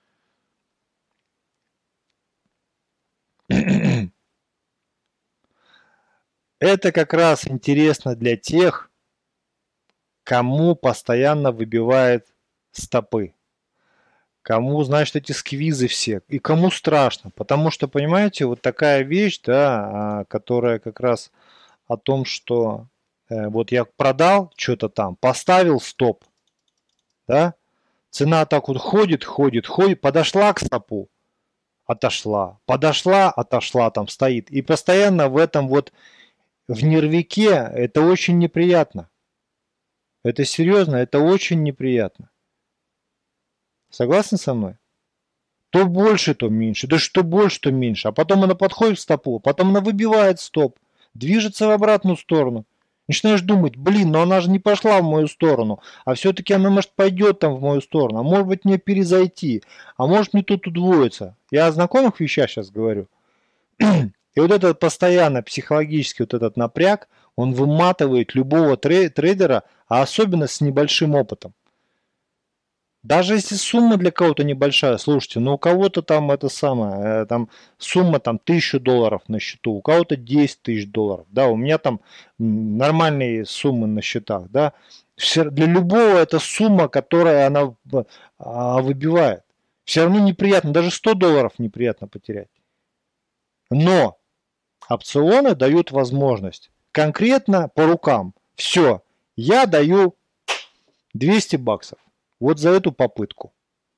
Это как раз интересно для тех, кому постоянно выбивает стопы. Кому, значит, эти сквизы все. И кому страшно. Потому что, понимаете, вот такая вещь, да, которая как раз о том, что вот я продал что-то там, поставил стоп, да, цена так вот ходит, подошла к стопу, отошла, подошла, отошла, там стоит. И постоянно в этом вот, в нервике, это очень неприятно. Это серьезно, это очень неприятно. Согласны со мной? То больше, то меньше. Да что больше, то меньше. А потом она подходит к стопу, потом она выбивает стоп, движется в обратную сторону. Начинаешь думать, блин, но она же не пошла в мою сторону, а все-таки она, может, пойдет там в мою сторону, а может быть мне перезайти, а может мне тут удвоиться. Я о знакомых вещах сейчас говорю. И вот этот постоянно психологический вот этот напряг, он выматывает любого трейдера, а особенно с небольшим опытом. Даже если сумма для кого-то небольшая, слушайте, ну у кого-то там это самое, там сумма там $1000 на счету, у кого-то 10 тысяч долларов, да, у меня там нормальные суммы на счетах, да, для любого это сумма, которая она выбивает. Все равно неприятно, даже $100 неприятно потерять. Но опционы дают возможность конкретно по рукам. Все, я даю $200. Вот за эту попытку.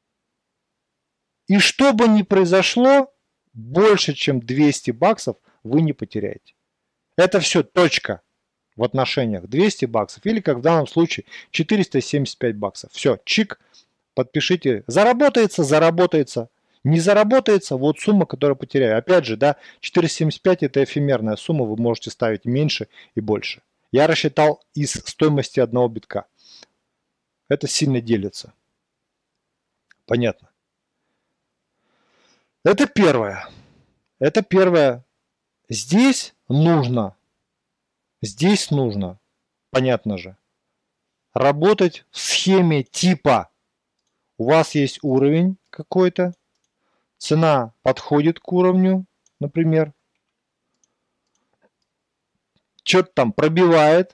И что бы ни произошло, больше чем $200 вы не потеряете. Это все точка в отношениях. $200 или, как в данном случае, $475. Все, чик, подпишите. Заработается, заработается. Не заработается, вот сумма, которую потеряю. Опять же, да, 475 это эфемерная сумма, вы можете ставить меньше и больше. Я рассчитал из стоимости одного битка. Это сильно делится. Понятно. Это первое. Это первое. Здесь нужно, понятно же, работать в схеме типа. У вас есть уровень какой-то, цена подходит к уровню, например, что-то там пробивает,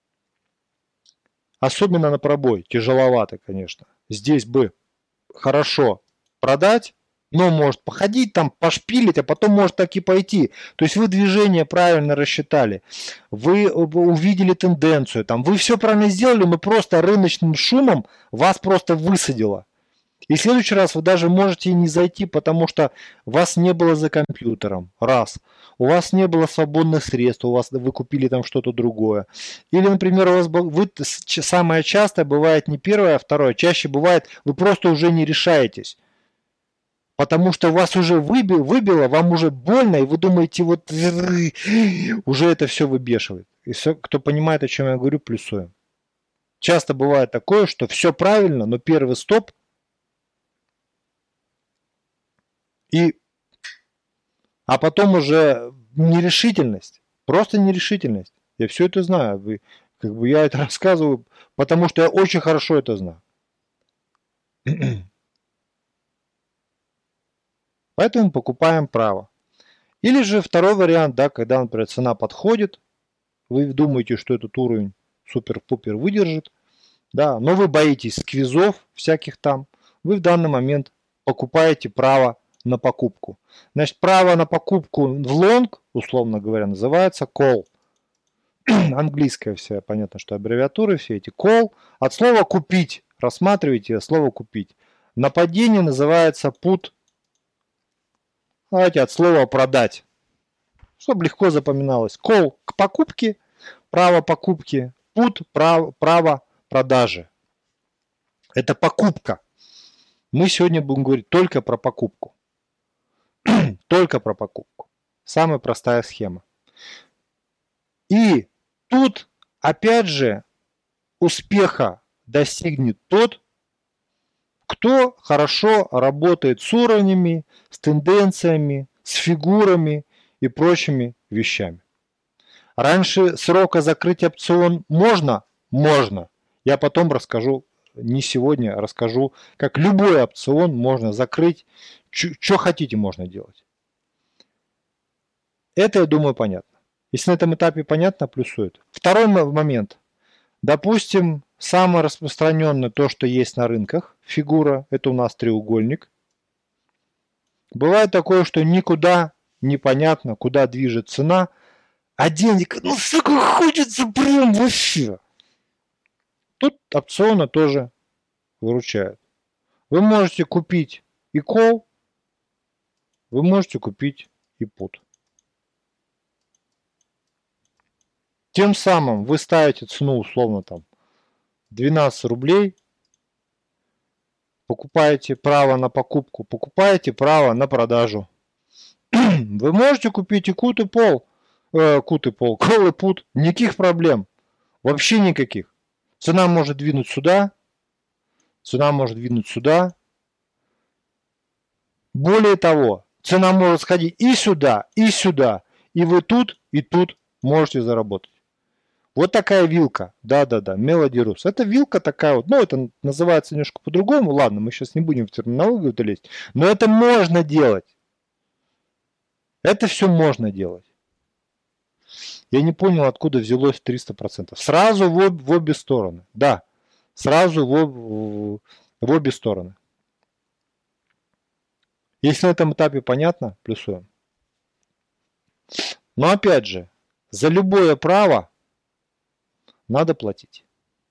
особенно на пробой, тяжеловато, конечно. Здесь бы хорошо продать, но может походить там, пошпилить, а потом может так и пойти. То есть вы движение правильно рассчитали, вы увидели тенденцию, там, вы все правильно сделали, но просто рыночным шумом вас просто высадило. И в следующий раз вы даже можете и не зайти, потому что вас не было за компьютером. Раз. У вас не было свободных средств, вы купили там что-то другое. Или, например, самое часто бывает не первое, а второе. Чаще бывает, вы просто уже не решаетесь. Потому что вас уже выбило, вам уже больно, и вы думаете, вот уже это все выбешивает. И все, кто понимает, о чем я говорю, плюсуем. Часто бывает такое, что все правильно, но первый стоп а потом уже нерешительность. Просто нерешительность. Я все это знаю. Я это рассказываю, потому что я очень хорошо это знаю. Поэтому покупаем право. Или же второй вариант, да, когда, например, цена подходит, вы думаете, что этот уровень супер-пупер выдержит, да, но вы боитесь сквизов всяких там, вы в данный момент покупаете право на покупку. Значит, право на покупку в лонг, условно говоря, называется call. Английская вся, понятно, что аббревиатуры все эти. Call от слова купить. Рассматривайте слово купить. Нападение называется put. Давайте от слова продать. Чтобы легко запоминалось. Call к покупке, право покупки. Put право продажи. Это покупка. Мы сегодня будем говорить только про покупку. Только про покупку. Самая простая схема. И тут, опять же, успеха достигнет тот, кто хорошо работает с уровнями, с тенденциями, с фигурами и прочими вещами. Раньше срока закрыть опцион можно? Можно. Я потом расскажу, не сегодня, расскажу, как любой опцион можно закрыть, что хотите можно делать. Это, я думаю, понятно. Если на этом этапе понятно, плюсует. Второй момент. Допустим, самое распространенное то, что есть на рынках, фигура, это у нас треугольник. Бывает такое, что никуда непонятно, куда движет цена, а денег, ну, сука, хочется прям вообще. Тут опционы тоже выручают. Вы можете купить и call, вы можете купить и put. Тем самым вы ставите цену условно там 12 рублей, покупаете право на покупку, покупаете право на продажу. Вы можете купить и кут, и пол. Кут и пол, кол и пут. Никаких проблем. Вообще никаких. Цена может двинуть сюда. Цена может двинуть сюда. Более того, цена может сходить и сюда, и сюда. И вы тут, и тут можете заработать. Вот такая вилка. Да-да-да, Melody Rus. Это вилка такая вот. Ну, это называется немножко по-другому. Ладно, мы сейчас не будем в терминологию лезть. Но это можно делать. Это все можно делать. Я не понял, откуда взялось 300%. Сразу в обе стороны. Да, сразу в обе стороны. Если на этом этапе понятно, плюсуем. Но опять же, за любое право надо платить.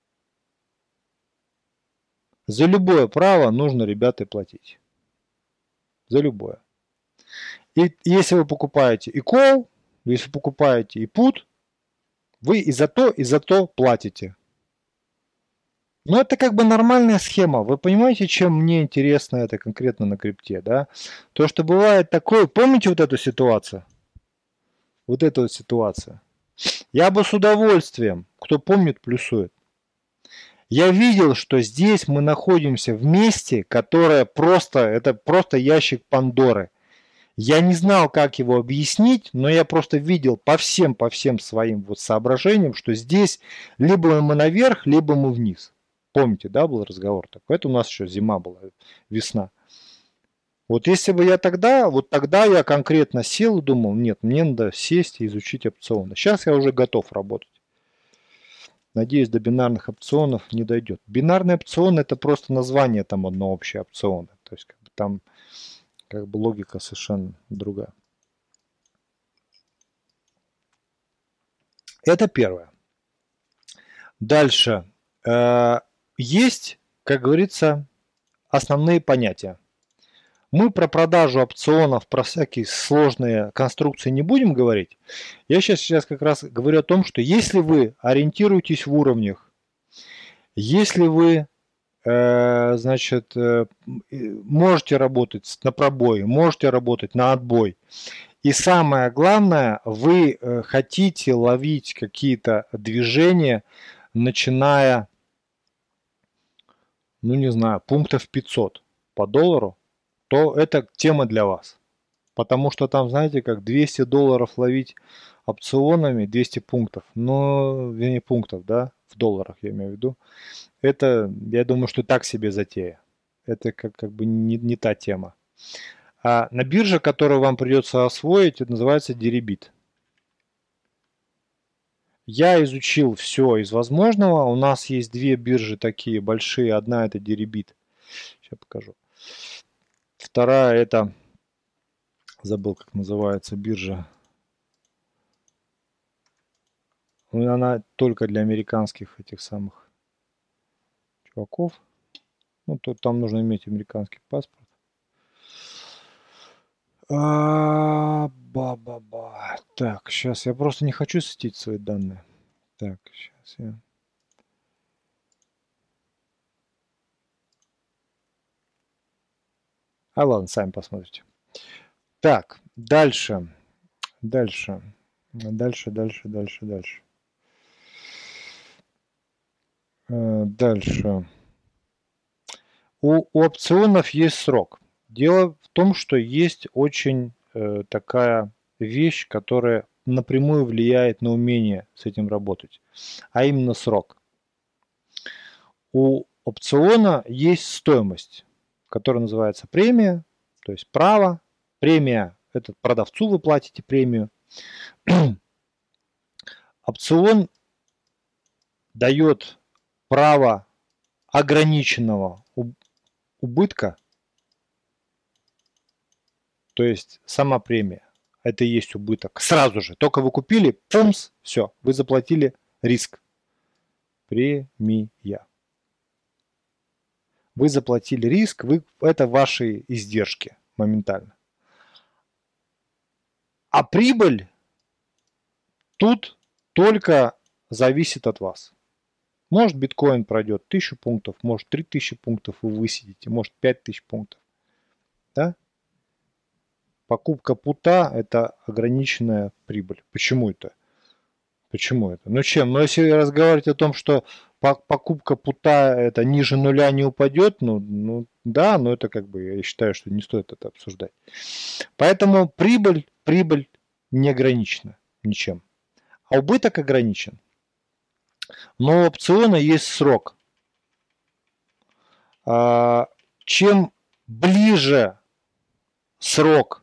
За любое право нужно, ребята, платить. За любое. И если вы покупаете и call, если покупаете и put, вы и за то платите. Но это как бы нормальная схема. Вы понимаете, чем мне интересно это конкретно на крипте, да? То, что бывает такое... Помните вот эту ситуацию? Вот эту вот ситуацию. Я бы с удовольствием, кто помнит, плюсует. Я видел, что здесь мы находимся в месте, которое просто... Это просто ящик Пандоры. Я не знал, как его объяснить, но я просто видел по всем своим вот соображениям, что здесь либо мы наверх, либо мы вниз. Помните, да, был разговор такой? Это у нас еще зима была, весна. Вот если бы я тогда, вот тогда я конкретно сел и думал, нет, мне надо сесть и изучить опционы. Сейчас я уже готов работать. Надеюсь, до бинарных опционов не дойдет. Бинарный опцион это просто название там одно общее опциона. То есть как бы, там как бы логика совершенно другая. Это первое. Дальше. Есть, как говорится, основные понятия. Мы про продажу опционов, про всякие сложные конструкции не будем говорить. Я сейчас как раз говорю о том, что если вы ориентируетесь в уровнях, если вы значит, можете работать на пробой, можете работать на отбой, и самое главное, вы хотите ловить какие-то движения, начиная, ну не знаю, пунктов 500 по доллару, то это тема для вас. Потому что там, знаете, как $200 ловить опционами, 200 пунктов, но, вернее, пунктов, да, в долларах я имею в виду, это, я думаю, что так себе затея. Это как бы не та тема. А на бирже, которую вам придется освоить, это называется Deribit. Я изучил все из возможного. У нас есть две биржи такие большие. Одна это Deribit. Сейчас покажу. Вторая это... Забыл, как называется биржа. Она только для американских этих самых чуваков. Ну, тут там нужно иметь американский паспорт. Ба-ба-ба. Так, сейчас я просто не хочу светить свои данные. Так, сейчас я... А ладно, сами посмотрите. Так, дальше. Дальше. Дальше. У опционов есть срок. Дело в том, что есть очень такая вещь, которая напрямую влияет на умение с этим работать, а именно срок. У опциона есть стоимость, которая называется премия, то есть право. Премия – это продавцу вы платите премию. Опцион дает право ограниченного убытка, то есть сама премия. Это и есть убыток. Сразу же. Только вы купили, пумс, все, вы заплатили риск. Премия. Вы заплатили риск, это ваши издержки моментально. А прибыль тут только зависит от вас. Может, биткоин пройдет 1000 пунктов, может 3000 пунктов вы высидите, может 5000 пунктов. Да? Покупка пута – это ограниченная прибыль. Почему это? Почему это? Ну чем? Ну если разговаривать о том, что покупка пута это ниже нуля не упадет, ну да, но это как бы я считаю, что не стоит это обсуждать. Поэтому прибыль не ограничена ничем. А убыток ограничен. Но у опциона есть срок. Чем ближе срок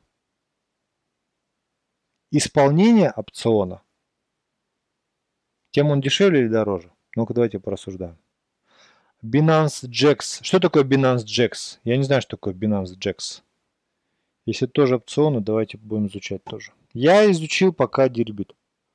исполнения опциона, тем он дешевле или дороже? Ну-ка давайте порассуждаем. Binance Jax. Что такое Binance Jax? Я не знаю, что такое Binance Jax. Если тоже опционы, давайте будем изучать тоже. Я изучил пока Deribit.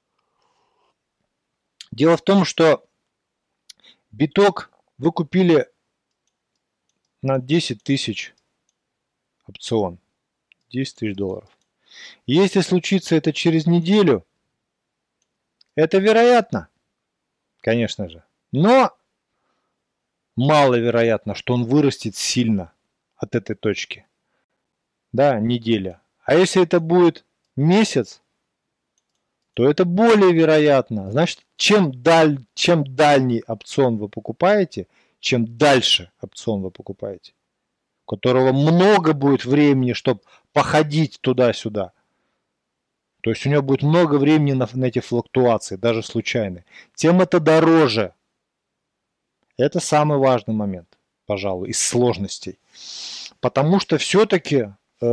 Дело в том, что биток вы купили на 10 тысяч опцион. 10 тысяч долларов. Если случится это через неделю, это вероятно, конечно же. Но маловероятно, что он вырастет сильно от этой точки. Да, неделя. А если это будет месяц, то это более вероятно. Значит, чем дальний опцион вы покупаете, чем дальше опцион вы покупаете, у которого много будет времени, чтобы походить туда-сюда. То есть у него будет много времени на эти флуктуации, даже случайные. Тем это дороже. Это самый важный момент, пожалуй, из сложностей. Потому что все-таки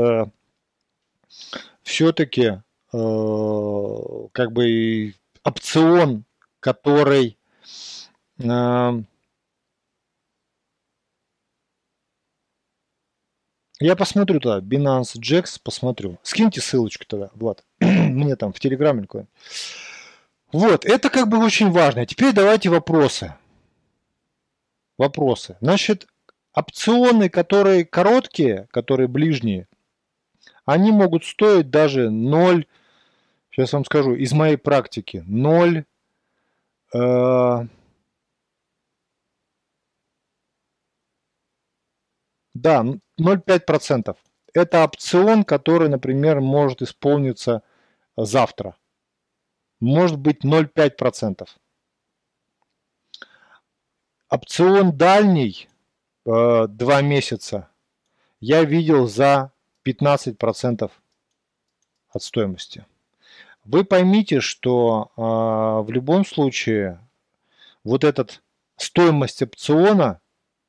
как бы опцион, который я посмотрю туда, Binance Jax, посмотрю. Скиньте ссылочку тогда, Влад, мне там в Телеграме какой-нибудь. Вот, это как бы очень важно. Теперь давайте вопросы. Значит, опционы, которые короткие, которые ближние, они могут стоить даже 0, сейчас вам скажу, из моей практики, 0, да, 0,5%. Это опцион, который, например, может исполниться завтра. Может быть 0,5%. Опцион дальний, 2 месяца, я видел за 15% от стоимости. Вы поймите, что в любом случае вот этот стоимость опциона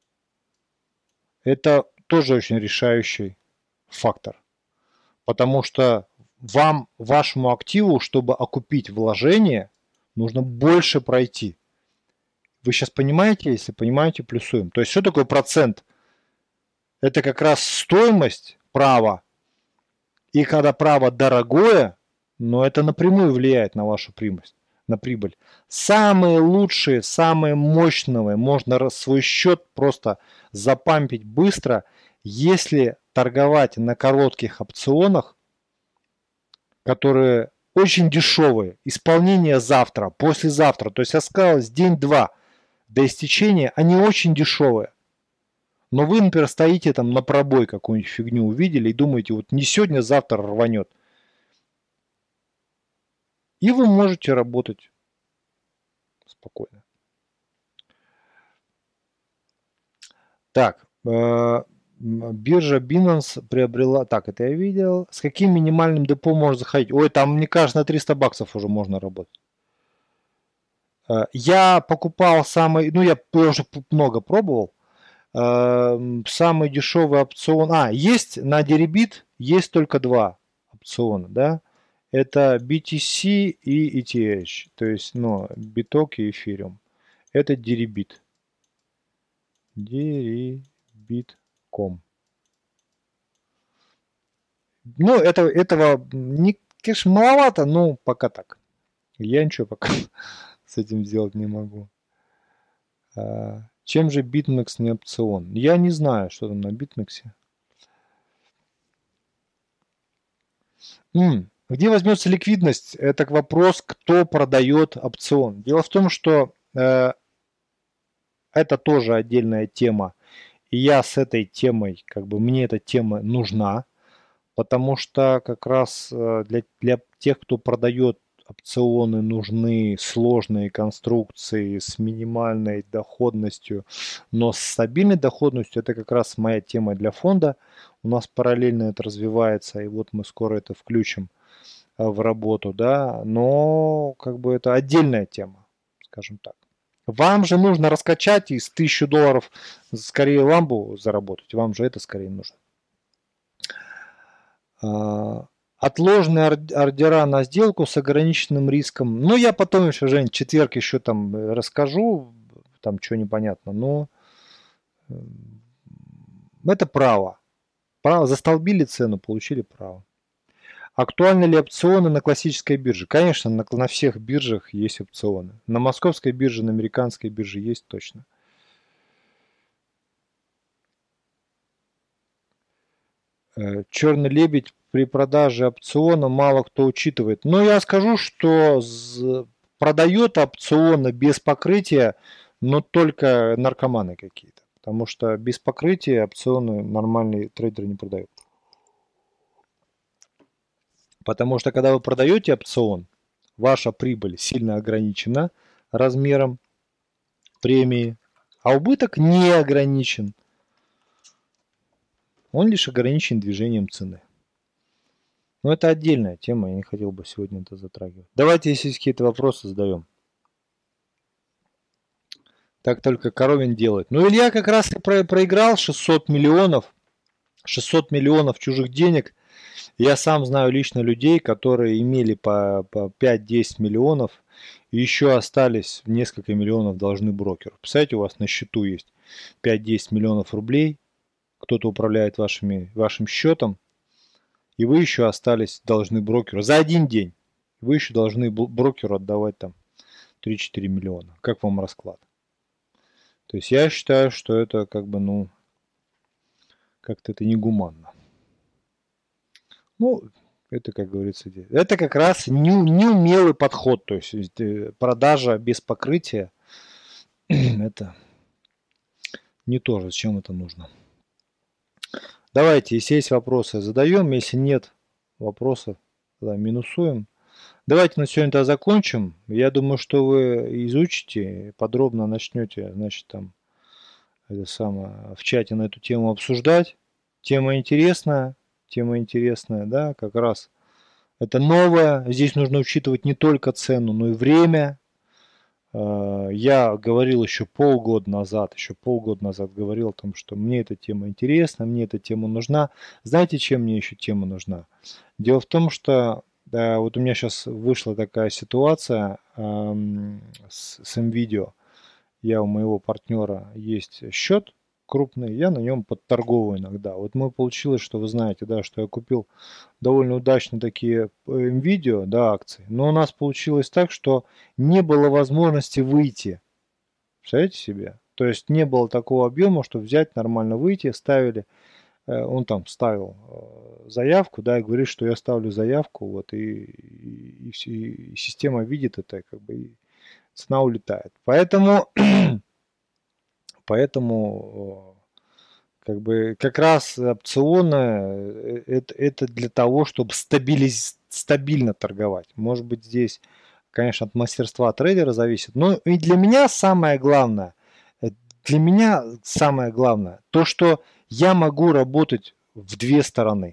это тоже очень решающий фактор. Потому что вашему активу, чтобы окупить вложение, нужно больше пройти. Вы сейчас понимаете? Если понимаете, плюсуем. То есть что такое процент? Это как раз стоимость права. И когда право дорогое, но это напрямую влияет на вашу прибыль. Самые лучшие, самые мощные, можно свой счет просто запампить быстро, если торговать на коротких опционах, которые очень дешевые. Исполнение завтра, послезавтра. То есть осталось день-два до истечения, они очень дешевые. Но вы, например, стоите там на пробой какую-нибудь фигню увидели и думаете, вот не сегодня, завтра рванет. И вы можете работать спокойно. Так, биржа Binance приобрела... Так, это я видел. С каким минимальным депо можно заходить? Ой, там, мне кажется, на 300 баксов уже можно работать. Я покупал самый... Ну, я уже много пробовал. Самый дешевый опцион... есть на Deribit, есть только два опциона, да? Это BTC и ETH, то есть, биток и эфириум. Это Deribit. Deribit.com. Этого, конечно, маловато, но пока так. Я ничего пока с этим сделать не могу. Чем же BitMEX не опцион? Я не знаю, что там на BitMEX. Где возьмется ликвидность? Это вопрос, кто продает опцион. Дело в том, что это тоже отдельная тема. И я с этой темой, мне эта тема нужна, потому что как раз для тех, кто продает опционы, нужны сложные конструкции с минимальной доходностью, но с стабильной доходностью. Это как раз моя тема для фонда. У нас параллельно это развивается, и вот мы скоро это включим в работу, да, но это отдельная тема, скажем так. Вам же нужно раскачать из $1000 скорее ламбу заработать, вам же это скорее нужно. Отложенные ордера на сделку с ограниченным риском. Ну, я потом еще, Жень, в четверг еще там расскажу, там что непонятно, но это право. Застолбили цену, получили право. Актуальны ли опционы на классической бирже? Конечно, на всех биржах есть опционы. На московской бирже, на американской бирже есть точно. Черный лебедь при продаже опциона мало кто учитывает. Но я скажу, что продает опционы без покрытия, но только наркоманы какие-то. Потому что без покрытия опционы нормальные трейдеры не продают. Потому что когда вы продаете опцион, ваша прибыль сильно ограничена размером премии, а убыток не ограничен. Он лишь ограничен движением цены. Но это отдельная тема, я не хотел бы сегодня это затрагивать. Давайте, если есть какие-то вопросы, задаем. Так только Коровин делает. Ну, Илья как раз и проиграл 600 миллионов. 600 миллионов чужих денег. Я сам знаю лично людей, которые имели по 5-10 миллионов. И еще остались несколько миллионов должны брокеру. Представляете, у вас на счету есть 5-10 миллионов рублей. Кто-то управляет вашим счетом. И вы еще остались должны брокеру за один день. Вы еще должны брокеру отдавать там 3-4 миллиона. Как вам расклад? То есть я считаю, что это как-то это негуманно. Ну, это, как говорится, это как раз неумелый подход. То есть продажа без покрытия, это не то, зачем это нужно. Давайте, если есть вопросы, задаем. Если нет вопросов, тогда минусуем. Давайте на сегодня тогда закончим. Я думаю, что вы изучите, подробно начнете, значит, там в чате на эту тему обсуждать. Тема интересная, да, как раз это новое. Здесь нужно учитывать не только цену, но и время. Я говорил еще полгода назад говорил о том, что мне эта тема интересна, мне эта тема нужна. Знаете, чем мне еще тема нужна? Дело в том, что вот у меня сейчас вышла такая ситуация с NVIDIA. У моего партнера есть счет крупный, я на нем подторговываю иногда. Вот получилось, что вы знаете, да, что я купил довольно удачно такие NVIDIA, да, акции. Но у нас получилось так, что не было возможности выйти. Представляете себе? То есть не было такого объема, чтобы взять, нормально выйти, ставили. Он там ставил заявку, да, и говорит, что я ставлю заявку, вот, и система видит это, и цена улетает. Поэтому как раз опционы это для того, чтобы стабильно торговать. Может быть, здесь, конечно, от мастерства трейдера зависит. Но и для меня самое главное, то, что я могу работать в две стороны.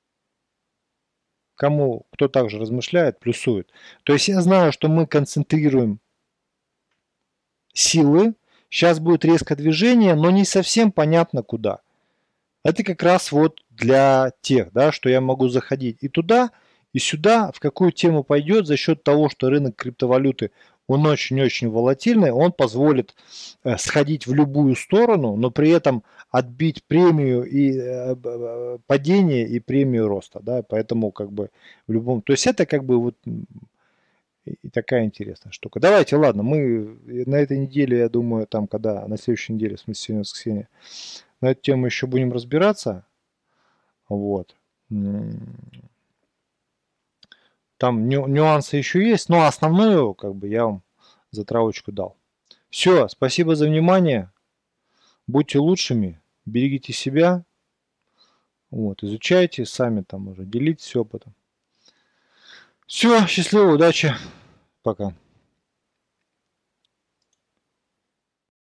Кто также размышляет, плюсует. То есть я знаю, что мы концентрируем силы. Сейчас будет резкое движение, но не совсем понятно куда. Это как раз вот для тех, да, что я могу заходить и туда, и сюда, в какую тему пойдет за счет того, что рынок криптовалюты, он очень-очень волатильный, он позволит сходить в любую сторону, но при этом отбить премию и падение и премию роста, да, поэтому в любом, то есть это вот и такая интересная штука. Давайте, ладно, мы на этой неделе, я думаю, на следующей неделе, в смысле, сегодня воскресенье, на эту тему еще будем разбираться. Вот. Там нюансы еще есть, но основную как бы я вам затравочку дал. Все, спасибо за внимание. Будьте лучшими, берегите себя. Вот, изучайте, сами там уже делитесь опытом. Все, счастливо, удачи, пока.